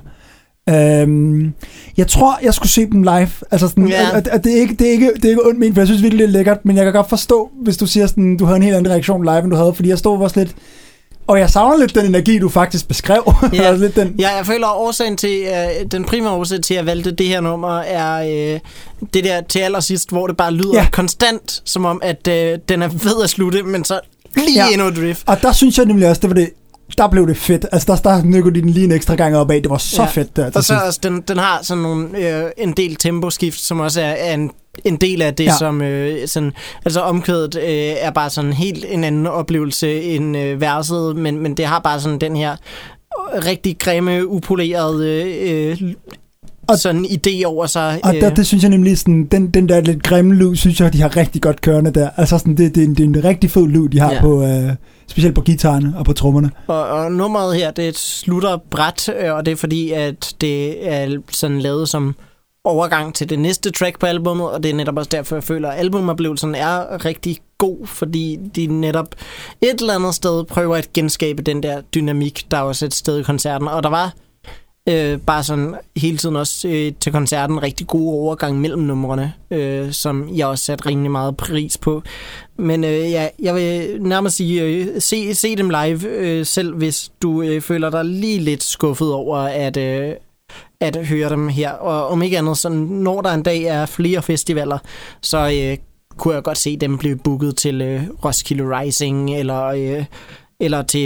Øhm, jeg tror, jeg skulle se dem live. Altså sådan, ja. at, at det, er ikke, det, er ikke, det er ikke ondt ment, for jeg synes virkelig, det er lækkert. Men jeg kan godt forstå, hvis du siger sådan, du havde en helt anden reaktion live, end du havde. Fordi jeg stod også lidt... Og jeg savner lidt den energi, du faktisk beskrev. Ja, lidt den... ja jeg føler, årsagen til, uh, den primære årsag til, at jeg valgte det her nummer, er uh, det der til allersidst, hvor det bare lyder ja. konstant, som om, at uh, den er ved at slutte, men så lige ja. endnu et riff. Og der synes jeg nemlig også, det var det, der blev det fedt. Altså, der, der nykkede de den lige en ekstra gang opad. Det var så ja. fedt der. Og så også, den, den har sådan nogle, øh, en del temposkift, som også er, er en, en del af det, ja. som øh, sådan, altså omkvædet øh, er bare sådan helt en anden oplevelse end øh, verset, men, men det har bare sådan den her rigtig grimme, upolerede øh, og sådan idé over sig. Og der, det synes jeg nemlig, sådan, den, den der lidt grimme lyd, synes jeg, de har rigtig godt kørende der. Altså sådan, det, det, det er en rigtig fed lyd, de har ja. på... Øh, specielt på guitarerne og på trommerne. Og, og nummeret her, det slutter brat, og det er fordi, at det er sådan lavet som overgang til det næste track på albumet, og det er netop også derfor, jeg føler, at albumoplevelsen er rigtig god, fordi de netop et eller andet sted prøver at genskabe den der dynamik, der er også et sted i koncerten, og der var øh, bare sådan hele tiden også øh, til koncerten rigtig god overgang mellem numrene, øh, som jeg også satte rimelig meget pris på. Men øh, ja, jeg vil nærmest sige, øh, se, se dem live, øh, selv hvis du øh, føler dig lige lidt skuffet over at, øh, at høre dem her. Og om ikke andet, så når der en dag er flere festivaler, så øh, kunne jeg godt se dem blive booket til øh, Roskilde Rising, eller, øh, eller til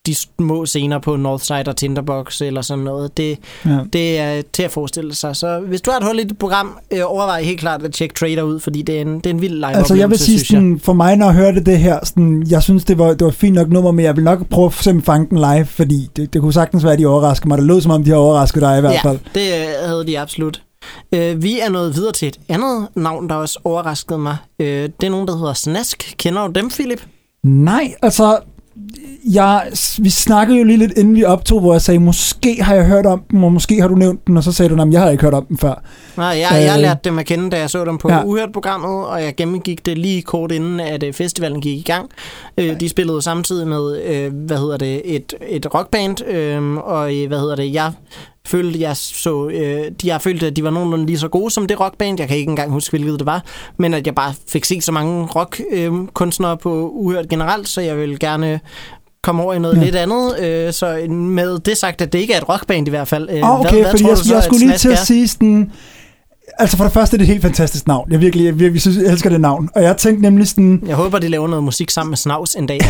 de små scener på Northside og Tinderbox eller sådan noget. Det, ja. det er til at forestille sig. Så hvis du har et hul i dit program, øh, overvej helt klart at tjekke Trader ud, fordi det er en, det er en vild live altså jeg vil sige, sådan, for mig når jeg hørte det her, sådan, jeg synes det var, det var fint nok nummer, men jeg vil nok prøve at simpelthen fange den live, fordi det, det kunne sagtens være, at de overrasker mig. Det lød som om, de har overrasket dig i hvert fald. Ja, det havde de absolut. Uh, vi er nået videre til et andet navn, der også overraskede mig. Uh, det er nogen, der hedder Snask. Kender du dem, Philip? Nej, altså... Jeg, vi snakkede jo lige lidt, inden vi optog, hvor jeg sagde, måske har jeg hørt om dem, og måske har du nævnt dem, og så sagde du, at jeg har ikke hørt om dem før. Nej, jeg, jeg lærte dem at kende, da jeg så dem på ja. Uhørt-programmet, og jeg gennemgik det lige kort inden, at festivalen gik i gang. De spillede samtidig med, hvad hedder det, et, et rockband, og hvad hedder det, jeg... følte, jeg så, øh, de har følt, at de var nogenlunde lige så gode som det rockband. Jeg kan ikke engang huske, hvilket det var. Men at jeg bare fik set så mange rockkunstnere øh, på Uhørt generelt, så jeg vil gerne komme over i noget ja. lidt andet. Øh, så med det sagt, at det ikke er et rockband i hvert fald. Øh, oh, okay, hvad, hvad fordi jeg, så, jeg skulle lige til at sige sådan... Altså for det første er det et helt fantastisk navn. Jeg virkelig, jeg virkelig synes, jeg elsker det navn. Og jeg tænkte nemlig sådan... Jeg håber, de laver noget musik sammen med Snavs en dag.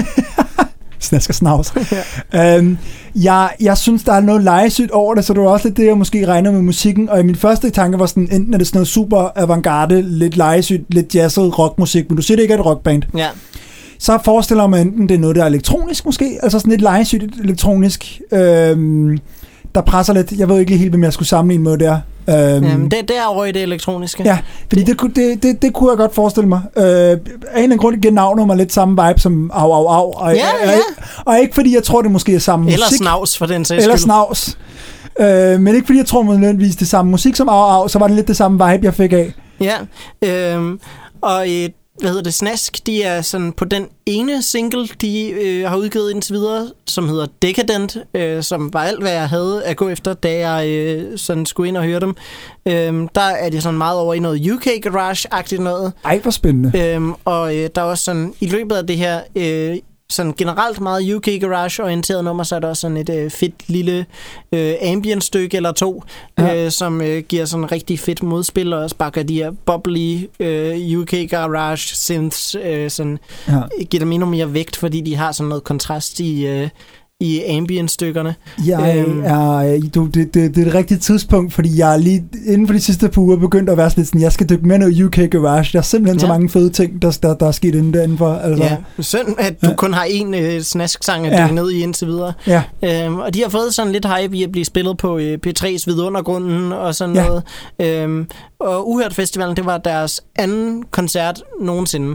Snask og snavs. Ja. øhm, jeg, jeg synes, der er noget legesygt over det, så det var også lidt det, jeg måske regner med musikken. Og min første tanke var sådan, enten er det sådan noget super avantgarde, lidt legesygt, lidt jazzet rockmusik, men du siger det ikke er et rockband. Ja. Så forestiller man enten, det er noget, der er elektronisk måske, altså sådan lidt legesygt elektronisk, øhm, der presser lidt. Jeg ved ikke lige helt, hvem jeg skulle sammenligne med der. Um, Jamen, det, det er over i det elektroniske. Ja, fordi det, det, det, det kunne jeg godt forestille mig. Uh, af en eller anden grund giver navnet mig lidt samme vibe som au, au, au. Og, ja, og, ja. Og, og ikke fordi jeg tror, det måske er samme eller musik. Eller snavs for den sags Eller snavs. Uh, men ikke fordi jeg tror, man nødvendigvis det samme musik som au, au, så var det lidt det samme vibe, jeg fik af. Ja, øhm, og et hvad hedder det, Snask, de er sådan på den ene single, de øh, har udgivet indtil videre, som hedder Decadent, øh, som var alt, hvad jeg havde at gå efter, da jeg øh, sådan skulle ind og høre dem. Øhm, der er de sådan meget over i noget U K Garage-agtigt noget. Ej, hvor spændende. Øhm, og øh, der er også sådan, i løbet af det her, øh, sådan generelt meget U K Garage-orienteret nummer, så er der også sådan et øh, fedt lille øh, ambient-stykke eller to, ja. øh, som øh, giver sådan en rigtig fedt modspil, og sparker de her bubbly øh, U K Garage-synths, øh, sådan, ja. giver dem endnu mere vægt, fordi de har sådan noget kontrast i... Øh, i ambient-stykkerne. Jeg øhm. er, du, det, det, det er det rigtige tidspunkt, fordi jeg er lige inden for de sidste par uger begyndt at være sådan, sådan jeg skal dykke med noget U K Garage. Der er simpelthen ja. så mange fede ting, der, der, der er sket inden derinde. Altså. Ja, synd, at du ja. kun har én øh, snask-sang at dykke ja. ned i indtil videre. Ja. Øhm, og de har fået sådan lidt hype i at blive spillet på øh, P tre's Vidundergrunden og sådan ja. noget. Øhm, og Uhørt Festivalen, det var deres anden koncert nogensinde.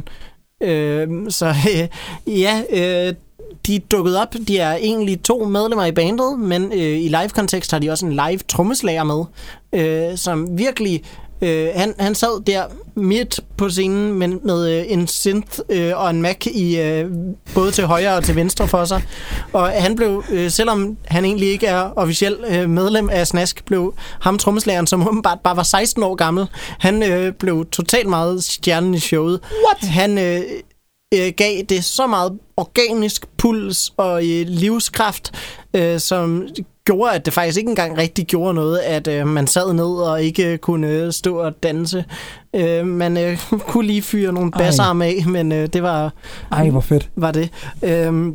Øhm, så øh, ja, øh, de dukkede op. De er egentlig to medlemmer i bandet, men øh, i live-kontekst har de også en live trommeslager med, øh, som virkelig... Øh, han, han sad der midt på scenen med, med øh, en synth øh, og en Mac i øh, både til højre og til venstre for sig. Og han blev, øh, selvom han egentlig ikke er officiel øh, medlem af Snask, blev ham trommeslageren, som åbenbart bare var seksten år gammel, han øh, blev totalt meget stjernen i showet. What? Han... Øh, øh, gav det så meget organisk puls og øh, livskraft, øh, som gjorde, at det faktisk ikke engang rigtig gjorde noget, at øh, man sad ned og ikke kunne stå og danse. Øh, man øh, kunne lige fyre nogle bassarme af, men øh, det var... Ej, hvor fedt. Var det. Øh,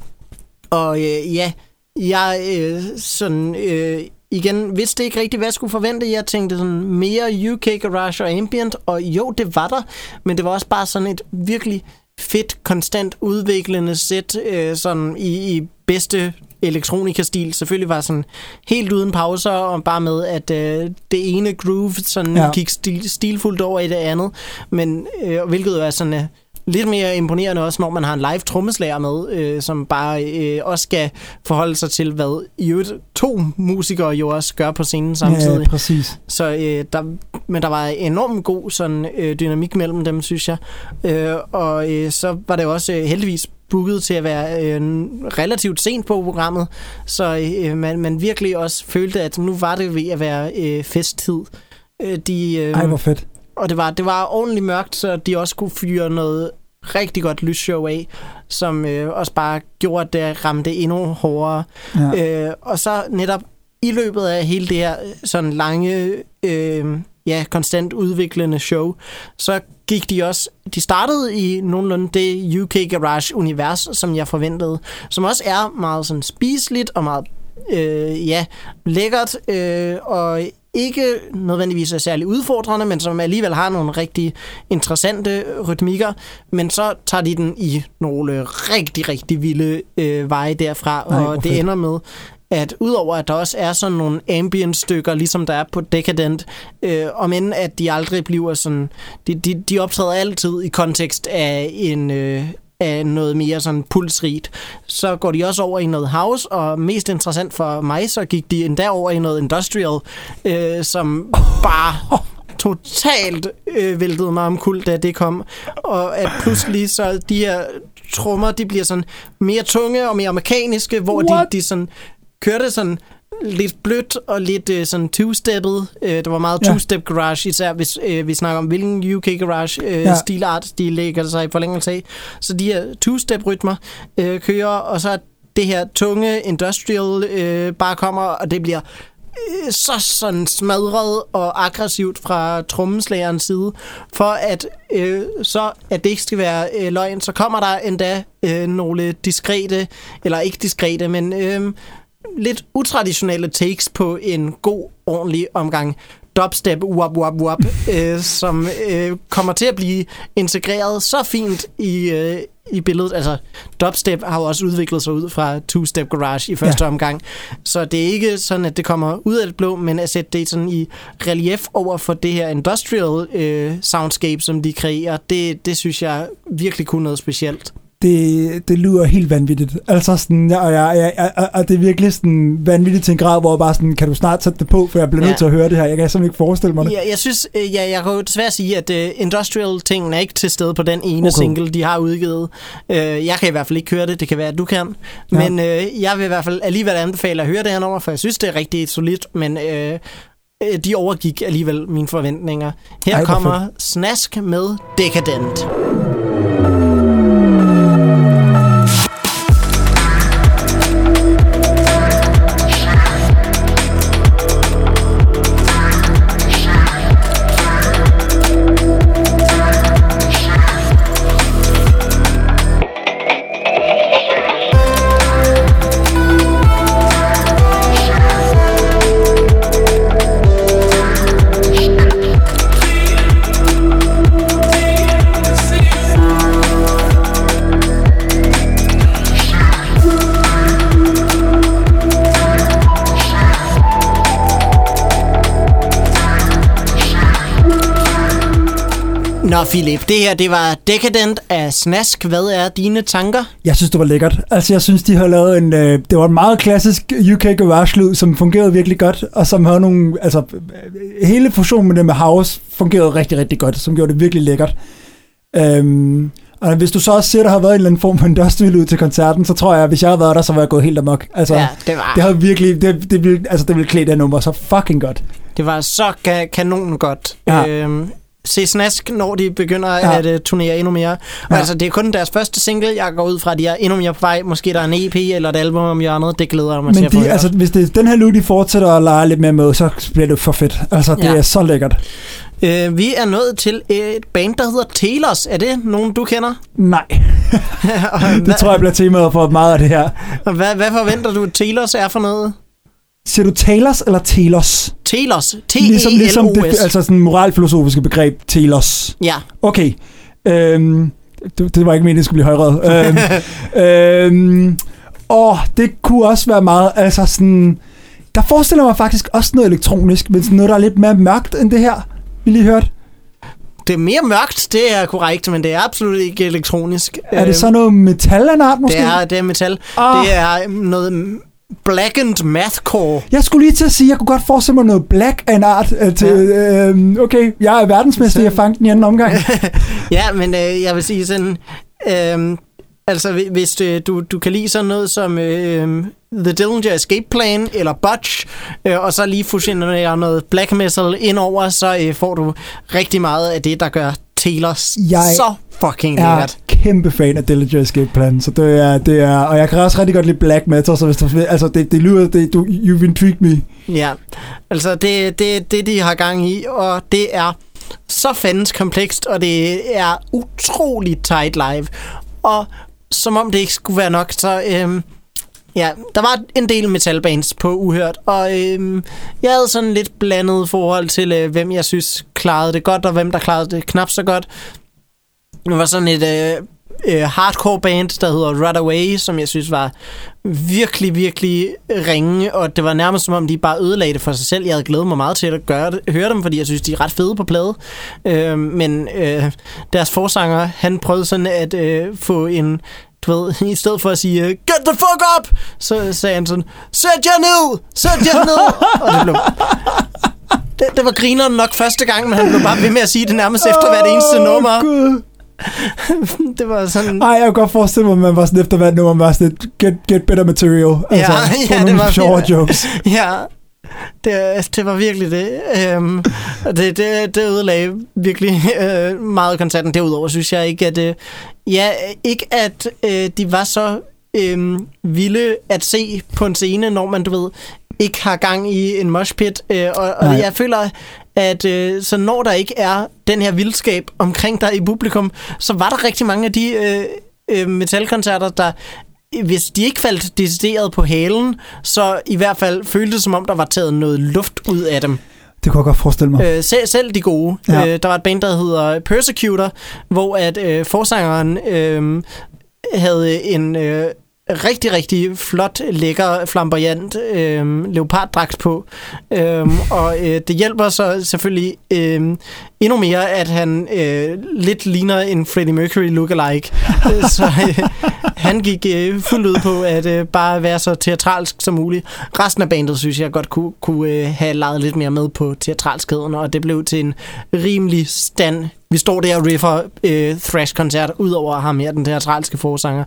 og øh, ja, jeg øh, sådan... Øh, igen, vidste ikke rigtig, hvad jeg skulle forvente. Jeg tænkte sådan mere U K Garage og Ambient, og jo, det var der, men det var også bare sådan et virkelig fedt, konstant udviklende sæt, øh, sådan i, i bedste elektronika-stil. Selvfølgelig var sådan helt uden pauser, og bare med, at øh, det ene groove sådan ja. gik stil, stilfuldt over i det andet, men øh, hvilket er sådan... Øh, lidt mere imponerende også, når man har en live trommeslager med, øh, som bare øh, også skal forholde sig til, hvad i øvrigt to musikere jo også gør på scenen samtidig. Ja, præcis. Så, øh, der, men der var enormt god sådan, øh, dynamik mellem dem, synes jeg. Øh, og øh, så var det også øh, heldigvis booket til at være øh, relativt sent på programmet, så øh, man, man virkelig også følte, at nu var det ved at være øh, festtid. Øh, de, øh, Ej, hvor fedt. Og det var, det var ordentligt mørkt, så de også kunne fyre noget rigtig godt lysshow af, som øh, også bare gjorde, at det ramte endnu hårdere. Ja. Øh, og så netop i løbet af hele det her sådan lange øh, ja, konstant udviklende show, så gik de også, de startede i nogenlunde det U K Garage-univers, som jeg forventede, som også er meget sådan spiseligt og meget, øh, ja, lækkert, øh, og ikke nødvendigvis er særlig udfordrende, men som alligevel har nogle rigtig interessante rytmikker, men så tager de den i nogle rigtig, rigtig vilde øh, veje derfra, og Nej, det ender med, at udover at der også er sådan nogle ambient-stykker, ligesom der er på Decadent, øh, om end at de aldrig bliver sådan, de, de, de optræder altid i kontekst af en... Øh, af noget mere sådan pulsrigt, så går de også over i noget house, og mest interessant for mig, så gik de endda over i noget industrial, øh, som bare totalt øh, væltede mig omkuld, da det kom. Og at pludselig så de her trommer, de bliver sådan mere tunge og mere mekaniske, hvor de, de sådan kørte sådan lidt blødt og lidt øh, sådan two-steppet. Øh, der var meget ja. two-step garage, især hvis øh, vi snakker om, hvilken U K garage øh, ja. stilart, de lægger sig i forlængelse af. Så de her two-step rytmer øh, kører, og så det her tunge industrial øh, bare kommer, og det bliver øh, så sådan smadret og aggressivt fra trommeslagerens side, for at øh, så at det ikke skal være øh, løgn, så kommer der endda øh, nogle diskrete, eller ikke diskrete, men øh, lidt utraditionelle takes på en god, ordentlig omgang dubstep, wap, wap, wap, øh, som øh, kommer til at blive integreret så fint i, øh, i billedet. Altså, dubstep har jo også udviklet sig ud fra two-step garage i første ja. omgang, så det er ikke sådan, at det kommer ud af det blå, men at sætte det sådan i relief over for det her industrial øh, soundscape, som de kreerer, det, det synes jeg virkelig kunne noget specielt. Det, det lyder helt vanvittigt. Altså sådan, og, jeg, jeg, jeg, og det er virkelig sådan vanvittigt til en grad, hvor jeg bare sådan, kan du snart sætte det på, for jeg bliver ja. nødt til at høre det her. Jeg kan simpelthen ikke forestille mig det. Ja, jeg synes, ja, jeg kan jo desværre sige, at uh, industrial-tingen er ikke til stede på den ene okay. single, de har udgivet. Uh, jeg kan i hvert fald ikke høre det. Det kan være, at du kan. Ja. Men uh, jeg vil i hvert fald alligevel anbefale at høre det her nummer, for jeg synes, det er rigtig solidt, men uh, de overgik alligevel mine forventninger. Her Ej, kommer Snask med Decadent. Nå Philip, det her, det var Decadent af Snask. Hvad er dine tanker? Jeg synes, det var lækkert. Altså, jeg synes, de har lavet en... Øh, det var en meget klassisk U K garage-lyd, som fungerede virkelig godt, og som havde nogle... Altså, hele fusionen med det med house fungerede rigtig, rigtig godt, som gjorde det virkelig lækkert. Øhm, og hvis du så også siger, der har været en eller anden form for industrial ud til koncerten, så tror jeg, at hvis jeg havde været der, så var jeg gået helt amok. Altså, ja, det var... Det havde virkelig... Det, det ville, altså, det ville klæde det nummer så fucking godt. Det var så ka- kanon godt. Ja. Øhm, se Snask, når de begynder ja. at uh, turnere endnu mere. Og ja. altså, det er kun deres første single. Jeg går ud fra, at de er endnu mere på vej. Måske der er en E P eller et album om hjørnet. Det glæder jeg mig Men til at få de, altså, hvis det er den her lyd, de fortsætter at lege lidt mere med, så bliver det for fedt. Altså, det ja. er så lækkert. Uh, vi er nået til et band, der hedder Taylors. Er det nogen, du kender? Nej. Det tror jeg bliver temaet for meget af det her. Og hvad, hvad forventer du, Taylors er for noget? Siger du Taylors eller Taylors? Taylors. T E L O S. Ligesom, ligesom det, altså sådan moralfilosofiske begreb Taylors. Ja. Okay. Øhm, det, det var ikke meningen, det skulle blive højrød. øhm, øhm, og det kunne også være meget, altså sådan... Der forestiller mig faktisk også noget elektronisk, men sådan noget, der er lidt mere mørkt end det her, vi lige hørte. Det er mere mørkt, det er korrekt, men det er absolut ikke elektronisk. Er det så noget metal af en art, måske? Det er, det er metal. Oh. Det er noget... Blackened mathcore. Jeg skulle lige til at sige, at jeg kunne godt forestille mig noget black af en art. Til, ja. øh, okay, jeg er verdensmester i at fange den i anden omgang. Ja, men øh, jeg vil sige sådan... Øh, altså, hvis øh, du, du kan lide sådan noget som øh, The Dillinger Escape Plan eller Butch, øh, og så lige fusionere noget black metal indover, så øh, får du rigtig meget af det, der gør Taylors jeg så fucking lækkert. Jeg er kæmpe fan af Dillinger Escape Plan, så det er, det er, og jeg kan også rigtig godt lide black metal, så hvis du, altså det, det lyder, det, du, you've intrigued me. Ja, altså det, det, det de har gang i, og det er så fandens komplekst, og det er utroligt tight live. Og som om det ikke skulle være nok, så øhm, ja, der var en del metalbands på Uhørt, og øhm, jeg havde sådan lidt blandet forhold til, øh, hvem jeg synes klarede det godt, og hvem der klarede det knap så godt. Det var sådan et øh, øh, hardcore band, der hedder Run Away, som jeg synes var virkelig, virkelig ringe, og det var nærmest som om, de bare ødelagde det for sig selv. Jeg havde glædet mig meget til at gøre det, høre dem, fordi jeg synes, de er ret fede på plade. Øh, men øh, deres forsanger, han prøvede sådan at øh, få en, du ved, i stedet for at sige, get the fuck up, så sagde han sådan, sæt jer ned, sæt jer ned, og det blev... Det, det var grineren nok første gang, men han blev bare ved med at sige det nærmest efter hvert eneste nummer. God. Det var sådan... Ej, jeg kan godt forestille mig, at man var sådan efter hvert nummer, man var sådan get, get better material. Altså, ja, ja, det var sjovere jokes. Ja, det, det var virkelig det. Øhm, det, det. Det ødelagde virkelig øh, meget koncerten. Derudover synes jeg ikke, at... Øh, ja, ikke at øh, de var så øh, vilde at se på en scene, når man, du ved, ikke har gang i en moshpit. Øh, og og jeg føler... at øh, så når der ikke er den her vildskab omkring dig i publikum, så var der rigtig mange af de øh, øh, metalkoncerter, der, hvis de ikke faldt decideret på halen, så i hvert fald føltes som om, der var taget noget luft ud af dem. Det kunne jeg godt forestille mig. Øh, selv, selv de gode. Ja. Øh, der var et band, der hedder Persecutor, hvor at øh, forsangeren øh, havde en... Øh, rigtig, rigtig flot, lækker, flamboyant øh, leoparddragt på. Øh, og øh, det hjælper så selvfølgelig øh, endnu mere, at han øh, lidt ligner en Freddie Mercury lookalike. Så øh, han gik øh, fuldt ud på at øh, bare være så teatralsk som muligt. Resten af bandet synes jeg godt kunne, kunne øh, have leget lidt mere med på teatralskheden, og det blev til en rimelig stand. Vi står der og riffer øh, thrash-koncert, udover at have mere den teatralske forsanger.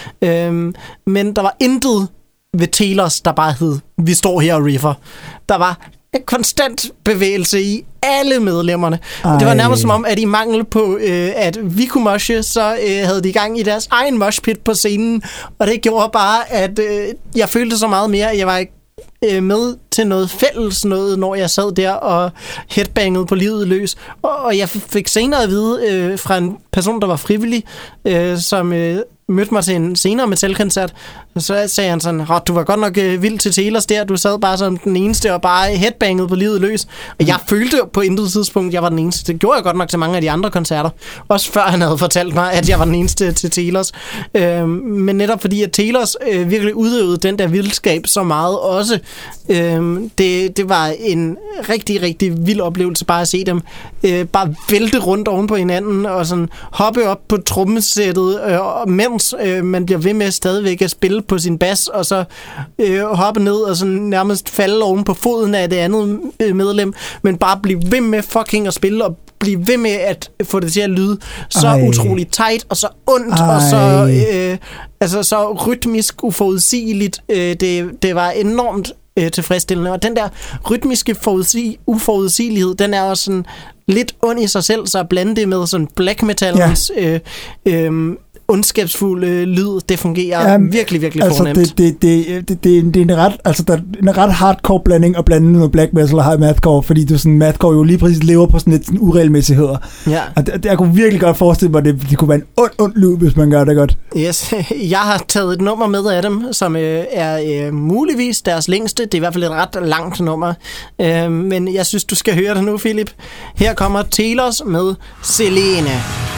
Øhm, men der var intet ved Taylors, der bare hed, vi står her og riffer. Der var en konstant bevægelse i alle medlemmerne. Ej. Det var nærmest som om, at i mangel på, øh, at vi kunne moshe, så øh, havde de gang i deres egen moshpit på scenen, og det gjorde bare, at øh, jeg følte så meget mere, at jeg var ikke med til noget fælles noget, når jeg sad der og headbangede på livet løs. Og jeg fik senere at vide øh, fra en person, der var frivillig, øh, som øh, mødte mig til en senere metalkoncert, så sagde han sådan, du var godt nok øh, vild til Taylors der, du sad bare som den eneste og bare headbangede på livet løs. Og jeg følte på intet tidspunkt, jeg var den eneste. Det gjorde jeg godt nok til mange af de andre koncerter. Også før han havde fortalt mig, at jeg var den eneste til Taylors. Øh, men netop fordi, at Taylors øh, virkelig udøvede den der vildskab så meget også. Øh, det, det var en rigtig, rigtig vild oplevelse bare at se dem øh, bare vælte rundt oven på hinanden og sådan hoppe op på trommesættet, øh, mens øh, man bliver ved med stadigvæk at spille på sin bas, og så øh, hoppe ned og sådan nærmest falde oven på foden af det andet øh, medlem, men bare blive ved med fucking at spille og blive ved med at få det til at lyde så Ej. utroligt tight og så ondt Ej. og så øh, altså så rytmisk uforudsigeligt. Øh, det, det var enormt øh, tilfredsstillende, og den der rytmiske forudsig, uforudsigelighed, den er også sådan lidt ond i sig selv, så at blande det med sådan black metalens ja. øh, øh, ondskabsfulde øh, lyd, det fungerer ja, virkelig, virkelig altså fornemt. Det, det, det, det, det, det er en ret, altså der er en ret hardcore blanding at blande noget black metal og high mathcore, fordi du sådan, mathcore jo lige præcis lever på sådan lidt sådan uregelmæssigheder. Ja. Og det, det, jeg kunne virkelig godt forestille mig, at det, det kunne være en ond, ond lyd, hvis man gør det godt. Yes, jeg har taget et nummer med af dem, som øh, er øh, muligvis deres længste. Det er i hvert fald et ret langt nummer. Øh, men jeg synes, du skal høre det nu, Philip. Her kommer Taylors med Selene.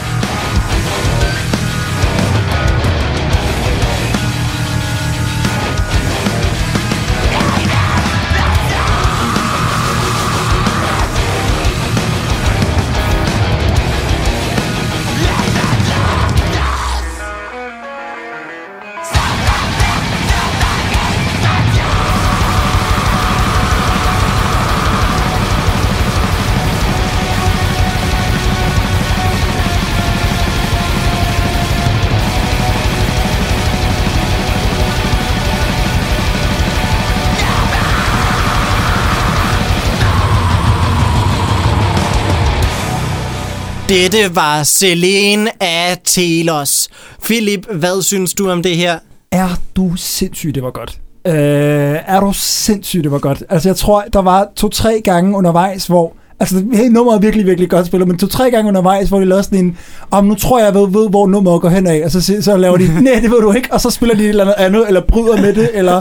Dette var Selene af Taylors. Philip, hvad synes du om det her? Er du sindssygt, det var godt. Øh, er du sindssygt, det var godt. Altså, jeg tror, der var to-tre gange undervejs, hvor... Altså, hey, nummeret er virkelig, virkelig godt spillet, men to-tre gange undervejs, hvor de lavede sådan en... Om nu tror jeg, jeg ved, ved hvor nummeret går hen af, og så, så laver de... Nej, det ved du ikke, og så spiller de et eller andet andet, eller bryder med det, eller...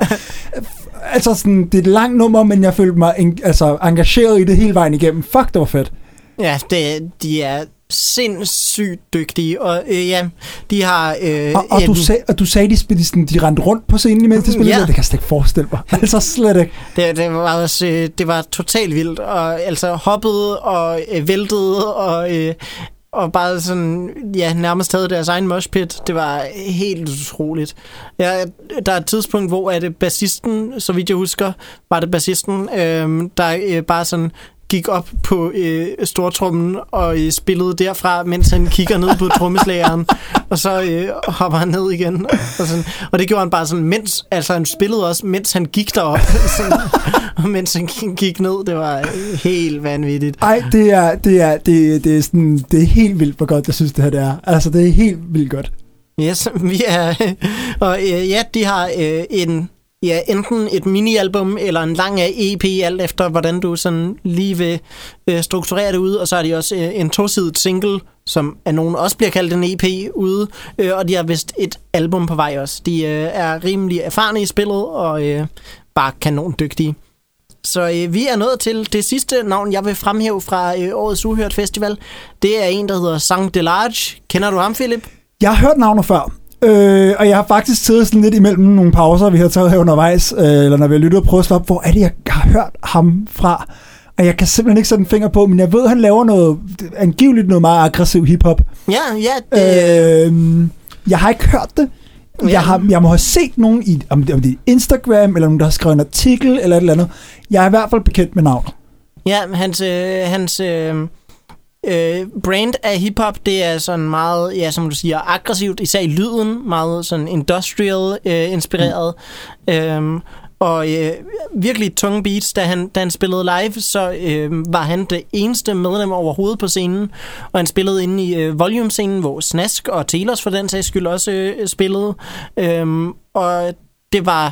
Altså, sådan, det er et langt nummer, men jeg følte mig en, altså, engageret i det hele vejen igennem. Fuck, det var fedt. Ja, det, de er sindssygt dygtige, og øh, ja, de har... Øh, og, og, en... du sag, og du sagde, de, spillede, de, de rendte rundt på scenen, imens de spillede. Ja. Det kan jeg slet ikke forestille mig. Altså slet ikke. Det, det, var, også, øh, det var totalt vildt, og altså hoppede og øh, væltede, og... Øh, og bare sådan, ja, nærmest havde deres egen moshpit. Det var helt utroligt. Ja, der er et tidspunkt, hvor er det bassisten, så vidt jeg husker, var det bassisten, øh, der øh, bare sådan gik op på øh, stortrummen og øh, spillede derfra, mens han kigger ned på trommeslageren, og så øh, hopper han ned igen. Og, sådan. Og det gjorde han bare sådan, mens, altså han spillede også, mens han gik derop, sådan, og mens han gik ned. Det var helt vanvittigt. Ej, det er, det er, det, det er, sådan, det er helt vildt, hvor godt jeg synes, det her det er. Altså, det er helt vildt godt. Yes, vi er, og øh, ja, de har øh, en, ja, enten et mini-album eller en lang E P, alt efter hvordan du sådan lige vil øh, strukturere det ud, og så har de også øh, en tosidet single, som af nogen også bliver kaldt en E P ude, øh, og de har vist et album på vej også. De øh, er rimelig erfarne i spillet, og øh, bare kanon dygtige. Så øh, vi er nået til det sidste navn, jeg vil fremhæve fra øh, årets Uhørt Festival. Det er en, der hedder Sang Delarge. Kender du ham, Philip? Jeg har hørt navnet før. Øh, og jeg har faktisk siddet sådan lidt imellem nogle pauser, vi har taget her undervejs, øh, eller når vi har lyttet og prøvet at slå op, hvor er det, jeg har hørt ham fra? Og jeg kan simpelthen ikke sætte en finger på, men jeg ved, at han laver noget, angiveligt noget meget aggressiv hiphop. Ja, ja. Det... Øh, jeg har ikke hørt det. Jeg, har, jeg må have set nogen, i, om det, om det er Instagram, eller nogen, der har skrevet en artikel, eller et eller andet. Jeg er i hvert fald bekendt med navnet. Ja, hans... Øh, hans øh... Uh, brand af hiphop, det er sådan meget, ja, som du siger, aggressivt, især i lyden, meget sådan industrial uh, inspireret. Mm. Um, og uh, virkelig tunge beats. Da han, da han spillede live, så uh, var han det eneste medlem overhovedet på scenen, og han spillede inde i uh, volume-scenen, hvor Snask og Telos for den sags skyld også uh, spillede. Um, og det var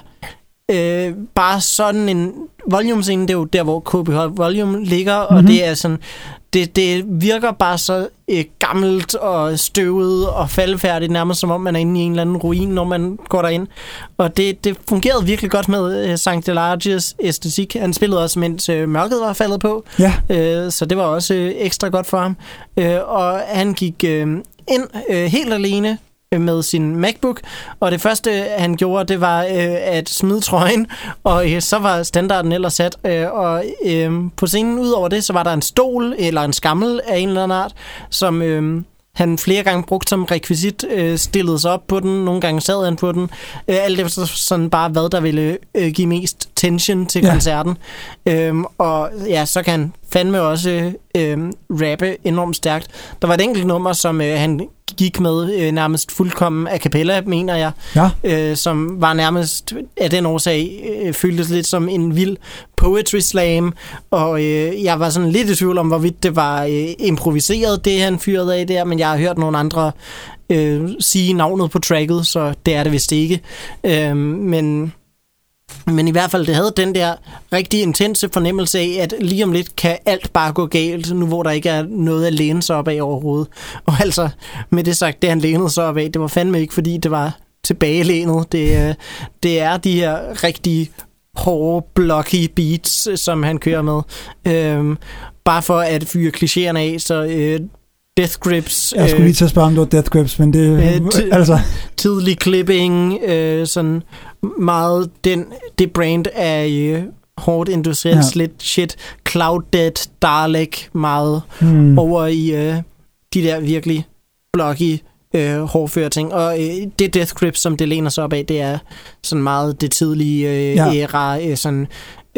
uh, bare sådan en volume-scene, det er jo der, hvor K B H Volume ligger, mm-hmm. og det er sådan Det, det virker bare så øh, gammelt og støvet og faldfærdigt, nærmest som om man er inde i en eller anden ruin, når man går derind. Og det, det fungerede virkelig godt med øh, Sang Delarges æstetik. Han spillede også, mens øh, mørket var faldet på, ja. øh, så det var også øh, ekstra godt for ham. Øh, og han gik øh, ind øh, helt alene med sin MacBook, og det første, han gjorde, det var øh, at smide trøjen, og øh, så var standarden ellers sat, øh, og øh, på scenen ud over det, så var der en stol, eller en skammel af en eller anden art, som øh, han flere gange brugte som rekvisit, øh, stillede sig op på den, nogle gange sad han på den, øh, alt efter sådan bare, hvad der ville øh, give mest tension til ja. koncerten. Øh, og ja, så kan han fandme også øh, rappe enormt stærkt. Der var et enkelt nummer, som øh, han gik med øh, nærmest fuldkommen a cappella, mener jeg, ja. øh, som var nærmest af den årsag øh, føltes lidt som en vild poetry slam, og øh, jeg var sådan lidt i tvivl om, hvorvidt det var øh, improviseret, det han fyrede af der, men jeg har hørt nogle andre øh, sige navnet på tracket, så det er det vist ikke. Øh, men Men i hvert fald, det havde den der rigtig intense fornemmelse af, at lige om lidt kan alt bare gå galt, nu hvor der ikke er noget at læne sig op af overhovedet. Og altså, med det sagt, det han lænede sig op af, det var fandme ikke, fordi det var tilbagelænet. Det, det er de her rigtig hårde, blocky beats, som han kører med. Øhm, bare for at fyre klichéerne af, så... Øh, Death Grips. Jeg skulle lige til at spørge, om det var Death Grips, men det øh, t- altså... Tidlig clipping, øh, sådan meget den, det brand af øh, hårdt industrielt ja. slit shit, Cloud Dead, Dalek, meget hmm. over i øh, de der virkelig blocky øh, hårdføre ting. Og øh, det Death Grips, som det læner sig op af, det er sådan meget det tidlige øh, ja. æra, øh, sådan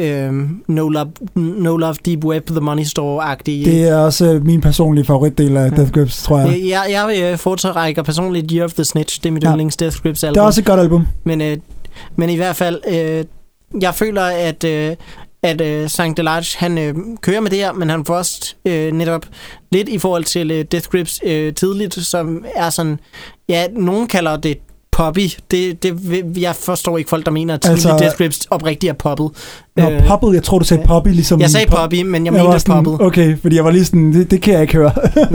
Um, no, love, no Love, Deep Web, The Money Store-agtig. Det er også min personlige favoritdel af ja. Death Grips, tror jeg. Jeg, jeg, jeg foretrækker personligt Year of the Snitch, det er mit ja. yndlings Death Grips album. Det er også et godt album. Men, øh, men i hvert fald, øh, jeg føler, at, øh, at øh, Sang Delarge, han øh, kører med det her, men han får også øh, netop lidt i forhold til øh, Death Grips øh, tidligt, som er sådan, ja, nogen kalder det poppy. Det, det, jeg forstår ikke folk, der mener, at tidlige Altså- Death Grips oprigtigt er poppet. Nå, Øh, poppet, jeg tror, du sagde poppy, ligesom... Jeg sagde pop- poppy, men jeg var mente sådan, poppet. Okay, fordi jeg var lige sådan, det, det kan jeg ikke høre.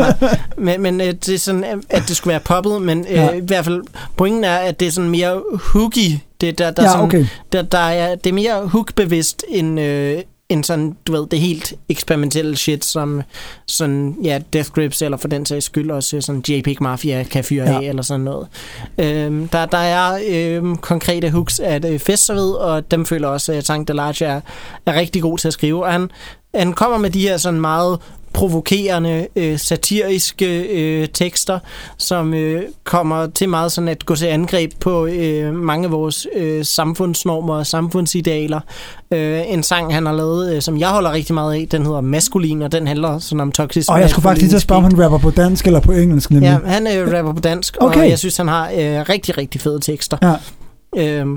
Men, men øh, det er sådan, at det skulle være poppet, men øh, Ja. i hvert fald pointen er, at det er sådan mere hooky. Det, der, der, er Ja, sådan, okay. der, der er, det er mere hook-bevidst end, øh, end sådan, du ved, det helt eksperimentelle shit, som sådan, ja, Death Grips, eller for den sags skyld også sådan J P G Mafia kan fyre Ja. af, eller sådan noget. Øhm, der, der er øhm, konkrete hooks at øh, feste sig ved, og dem føler også, at Sankt Delarge er, er rigtig god til at skrive, og han, han kommer med de her sådan meget provokerende, øh, satiriske øh, tekster, som øh, kommer til meget sådan at gå til angreb på øh, mange af vores øh, samfundsnormer og samfundsidealer. Øh, en sang, han har lavet, øh, som jeg holder rigtig meget af, den hedder Maskulin, og den handler sådan om toksisk Og jeg skulle faktisk lige til at spørge, om han rapper på dansk eller på engelsk, nemlig. Ja, han øh, rapper på dansk, Okay. og jeg synes, han har øh, rigtig, rigtig fede tekster. Ja. Øhm,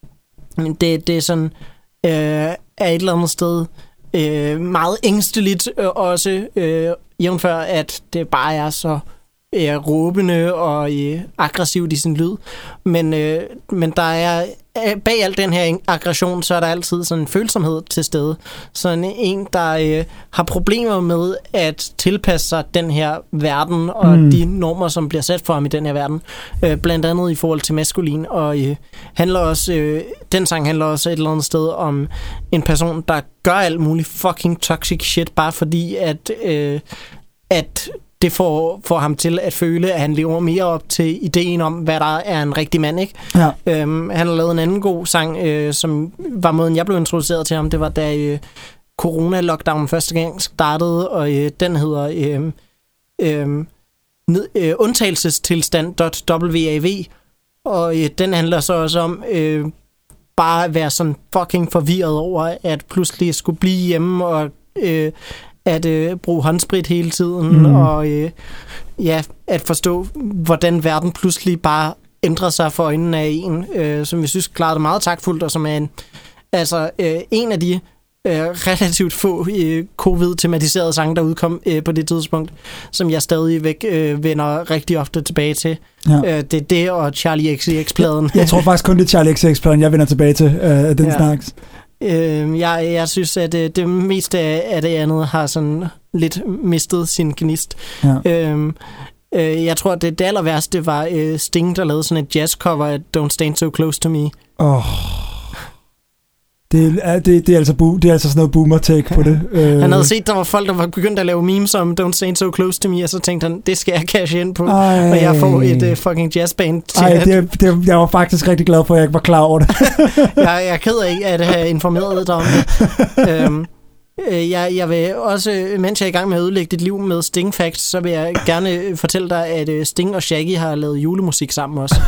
men det, det er sådan, øh, er et eller andet sted øh, meget ængsteligt øh, også, øh, jævnfør, at det bare er så øh, råbende og øh, aggressivt i sin lyd. Men, øh, men der er, øh, bag al den her aggression, så er der altid sådan en følsomhed til stede. Sådan en, der øh, har problemer med at tilpasse sig den her verden og mm. de normer, som bliver sat for ham i den her verden. Øh, blandt andet i forhold til maskulin. Og øh, handler også, øh, den sang handler også et eller andet sted om en person, der gør alt muligt fucking toxic shit, bare fordi at, øh, at det får, får ham til at føle, at han lever mere op til ideen om, hvad der er en rigtig mand, ikke? Ja. Øhm, han har lavet en anden god sang, øh, som var måden, jeg blev introduceret til ham. Det var da øh, corona-lockdown første gang startede, og øh, den hedder øh, øh, ned, øh, undtagelsestilstand.wav, og øh, den handler så også om øh, bare at være sådan fucking forvirret over, at pludselig skulle blive hjemme og øh, at øh, bruge håndsprit hele tiden, mm. og øh, ja, at forstå, hvordan verden pludselig bare ændrer sig for øjnene af en, øh, som vi synes klarede det meget takfuldt, og som er en, altså, øh, en af de øh, relativt få øh, covid-tematiserede sange, der udkom øh, på det tidspunkt, som jeg stadigvæk øh, vender rigtig ofte tilbage til. Ja. Øh, det er det og Charlie X C X-pladen. Jeg tror faktisk kun, det er Charlie X C X-pladen, jeg vender tilbage til øh, den Ja. snaks. Øh, jeg, jeg synes, at det, det meste af det andet har sådan lidt mistet sin gnist. Ja. Øh, øh, jeg tror, at det, det aller værste var øh, Sting, der lavede sådan et jazzcover af Don't Stand So Close To Me. Åh... Oh. Det er, det, det, er altså bo, det er altså sådan noget boomer-take på det. Øh. Han havde set, der var folk, der var begyndt at lave memes om Don't Stand So Close To Me, og så tænkte han, det skal jeg cashe ind på, Ej. og jeg får et uh, fucking jazzband til Ej, at... det, det, jeg var faktisk rigtig glad for, at jeg ikke var klar over det. jeg, jeg er ked af at have informeret dig om det. øhm, øh, jeg, jeg vil også, mens jeg er i gang med at ødelægge dit liv med Sting Facts, så vil jeg gerne fortælle dig, at uh, Sting og Shaggy har lavet julemusik sammen også.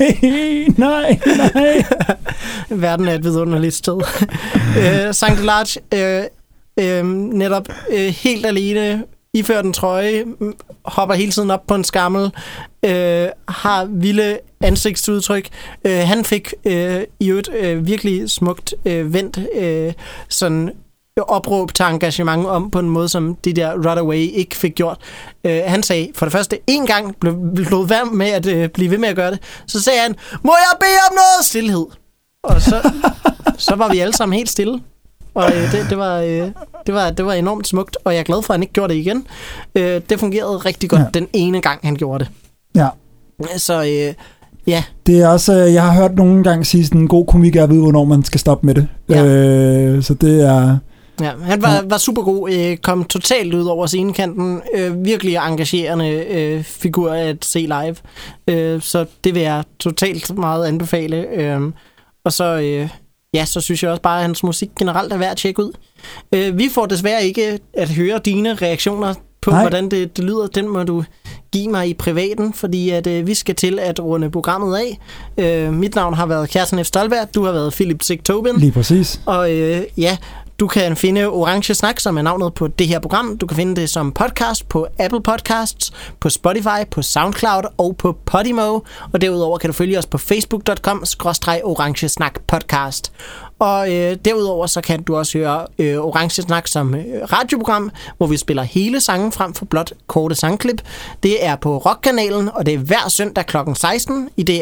nej, nej. Verden er et vidunderligt sted. øh, Sankt Delarge, øh, øh, netop øh, helt alene, iført en trøje, hopper hele tiden op på en skammel, øh, har vilde ansigtsudtryk. Øh, han fik øh, i øvrigt øh, virkelig smukt øh, vendt øh, sådan opråb til engagement om på en måde, som de der Runaway ikke fik gjort. Øh, han sagde for det første, en gang blev lod være med at øh, blive ved med at gøre det, så sagde han, må jeg bede om noget stilhed? Og så, så var vi alle sammen helt stille. Og øh, det, det, var, øh, det, var, det var enormt smukt, og jeg er glad for, at han ikke gjorde det igen. Øh, det fungerede rigtig godt, ja. Den ene gang, han gjorde det. Ja. Så øh, ja. Det er også, jeg har hørt nogle gange sige, sådan en god komik er at vide, hvornår man skal stoppe med det. Ja. Øh, så det er... Ja, han var, var super god, øh, kom totalt ud over scenekanten, øh, virkelig engagerende øh, figur at se live, øh, så det vil jeg totalt meget anbefale. Øh, og så, øh, ja, så synes jeg også bare, at hans musik generelt er værd at tjekke ud. Øh, vi får desværre ikke at høre dine reaktioner på, Nej. hvordan det, det lyder. Den må du give mig i privaten, fordi at, øh, vi skal til at runde programmet af. Øh, mit navn har været Kjartan F. Stolberg, du har været Philip Sigtobin. Lige præcis. Og øh, ja... Du kan finde Orange Snak, som er navnet på det her program. Du kan finde det som podcast på Apple Podcasts, på Spotify, på SoundCloud og på Podimo. Og derudover kan du følge os på facebook punktum com skråstreg orange snak podcast. Og øh, derudover så kan du også høre øh, Orange Snak som øh, radioprogram, hvor vi spiller hele sangen frem for blot korte sangklip. Det er på Rockkanalen, og det er hver søndag klokken seksten, i det at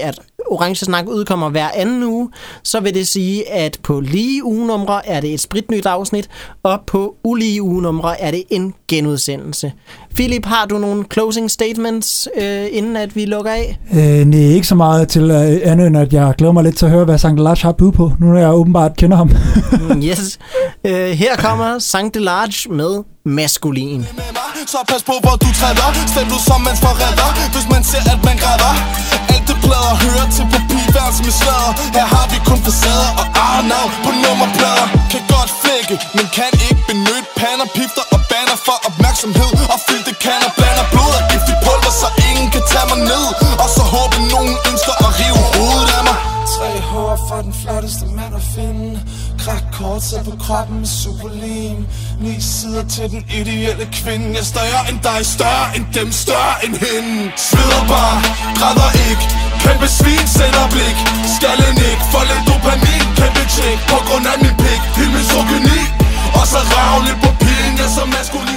Orange Snak udkommer hver anden uge, så vil det sige, at på lige ugenumre er det et spritnyt afsnit, og på ulige ugenumre er det en genudsendelse. Philip, har du nogle closing statements, øh, inden at vi lukker af? Øh, nej, ikke så meget til øh, andet, end at jeg glæder mig lidt til at høre, hvad Sankt Large har at byde på, nu når jeg åbenbart kender ham. Yes. Øh, her kommer Sankt Large med Maskulin. Så pas på, hvor du træder. Stem du som mands forræder, hvis man ser, at man græder. Alt det plader hører til papirværelse med sladder. Her har vi kun facader og arnavn på nummerplader. Kan godt flække, men kan ikke benytte pander, pifter og banner for opmærksomhed. Og fyldte kander blander blod og giftig pulver, så ingen kan tage mig ned. Og så håber nogen ønsker at rive hovedet af mig. Tre hår for den flotteste mand at finde. Krak kort, sæt på kroppen med superlim. Ni sider til den ideelle kvinde. Jeg er større end dig, større end dem, større end hende. Sveder bare, græder ikke. Kæmpe svin, sender blik. Skallen ikke, for lidt du panik. Kæmpe tjek, på grund af min pik. Helt misogyni. Og så ravne på pigen, jeg så maskulin.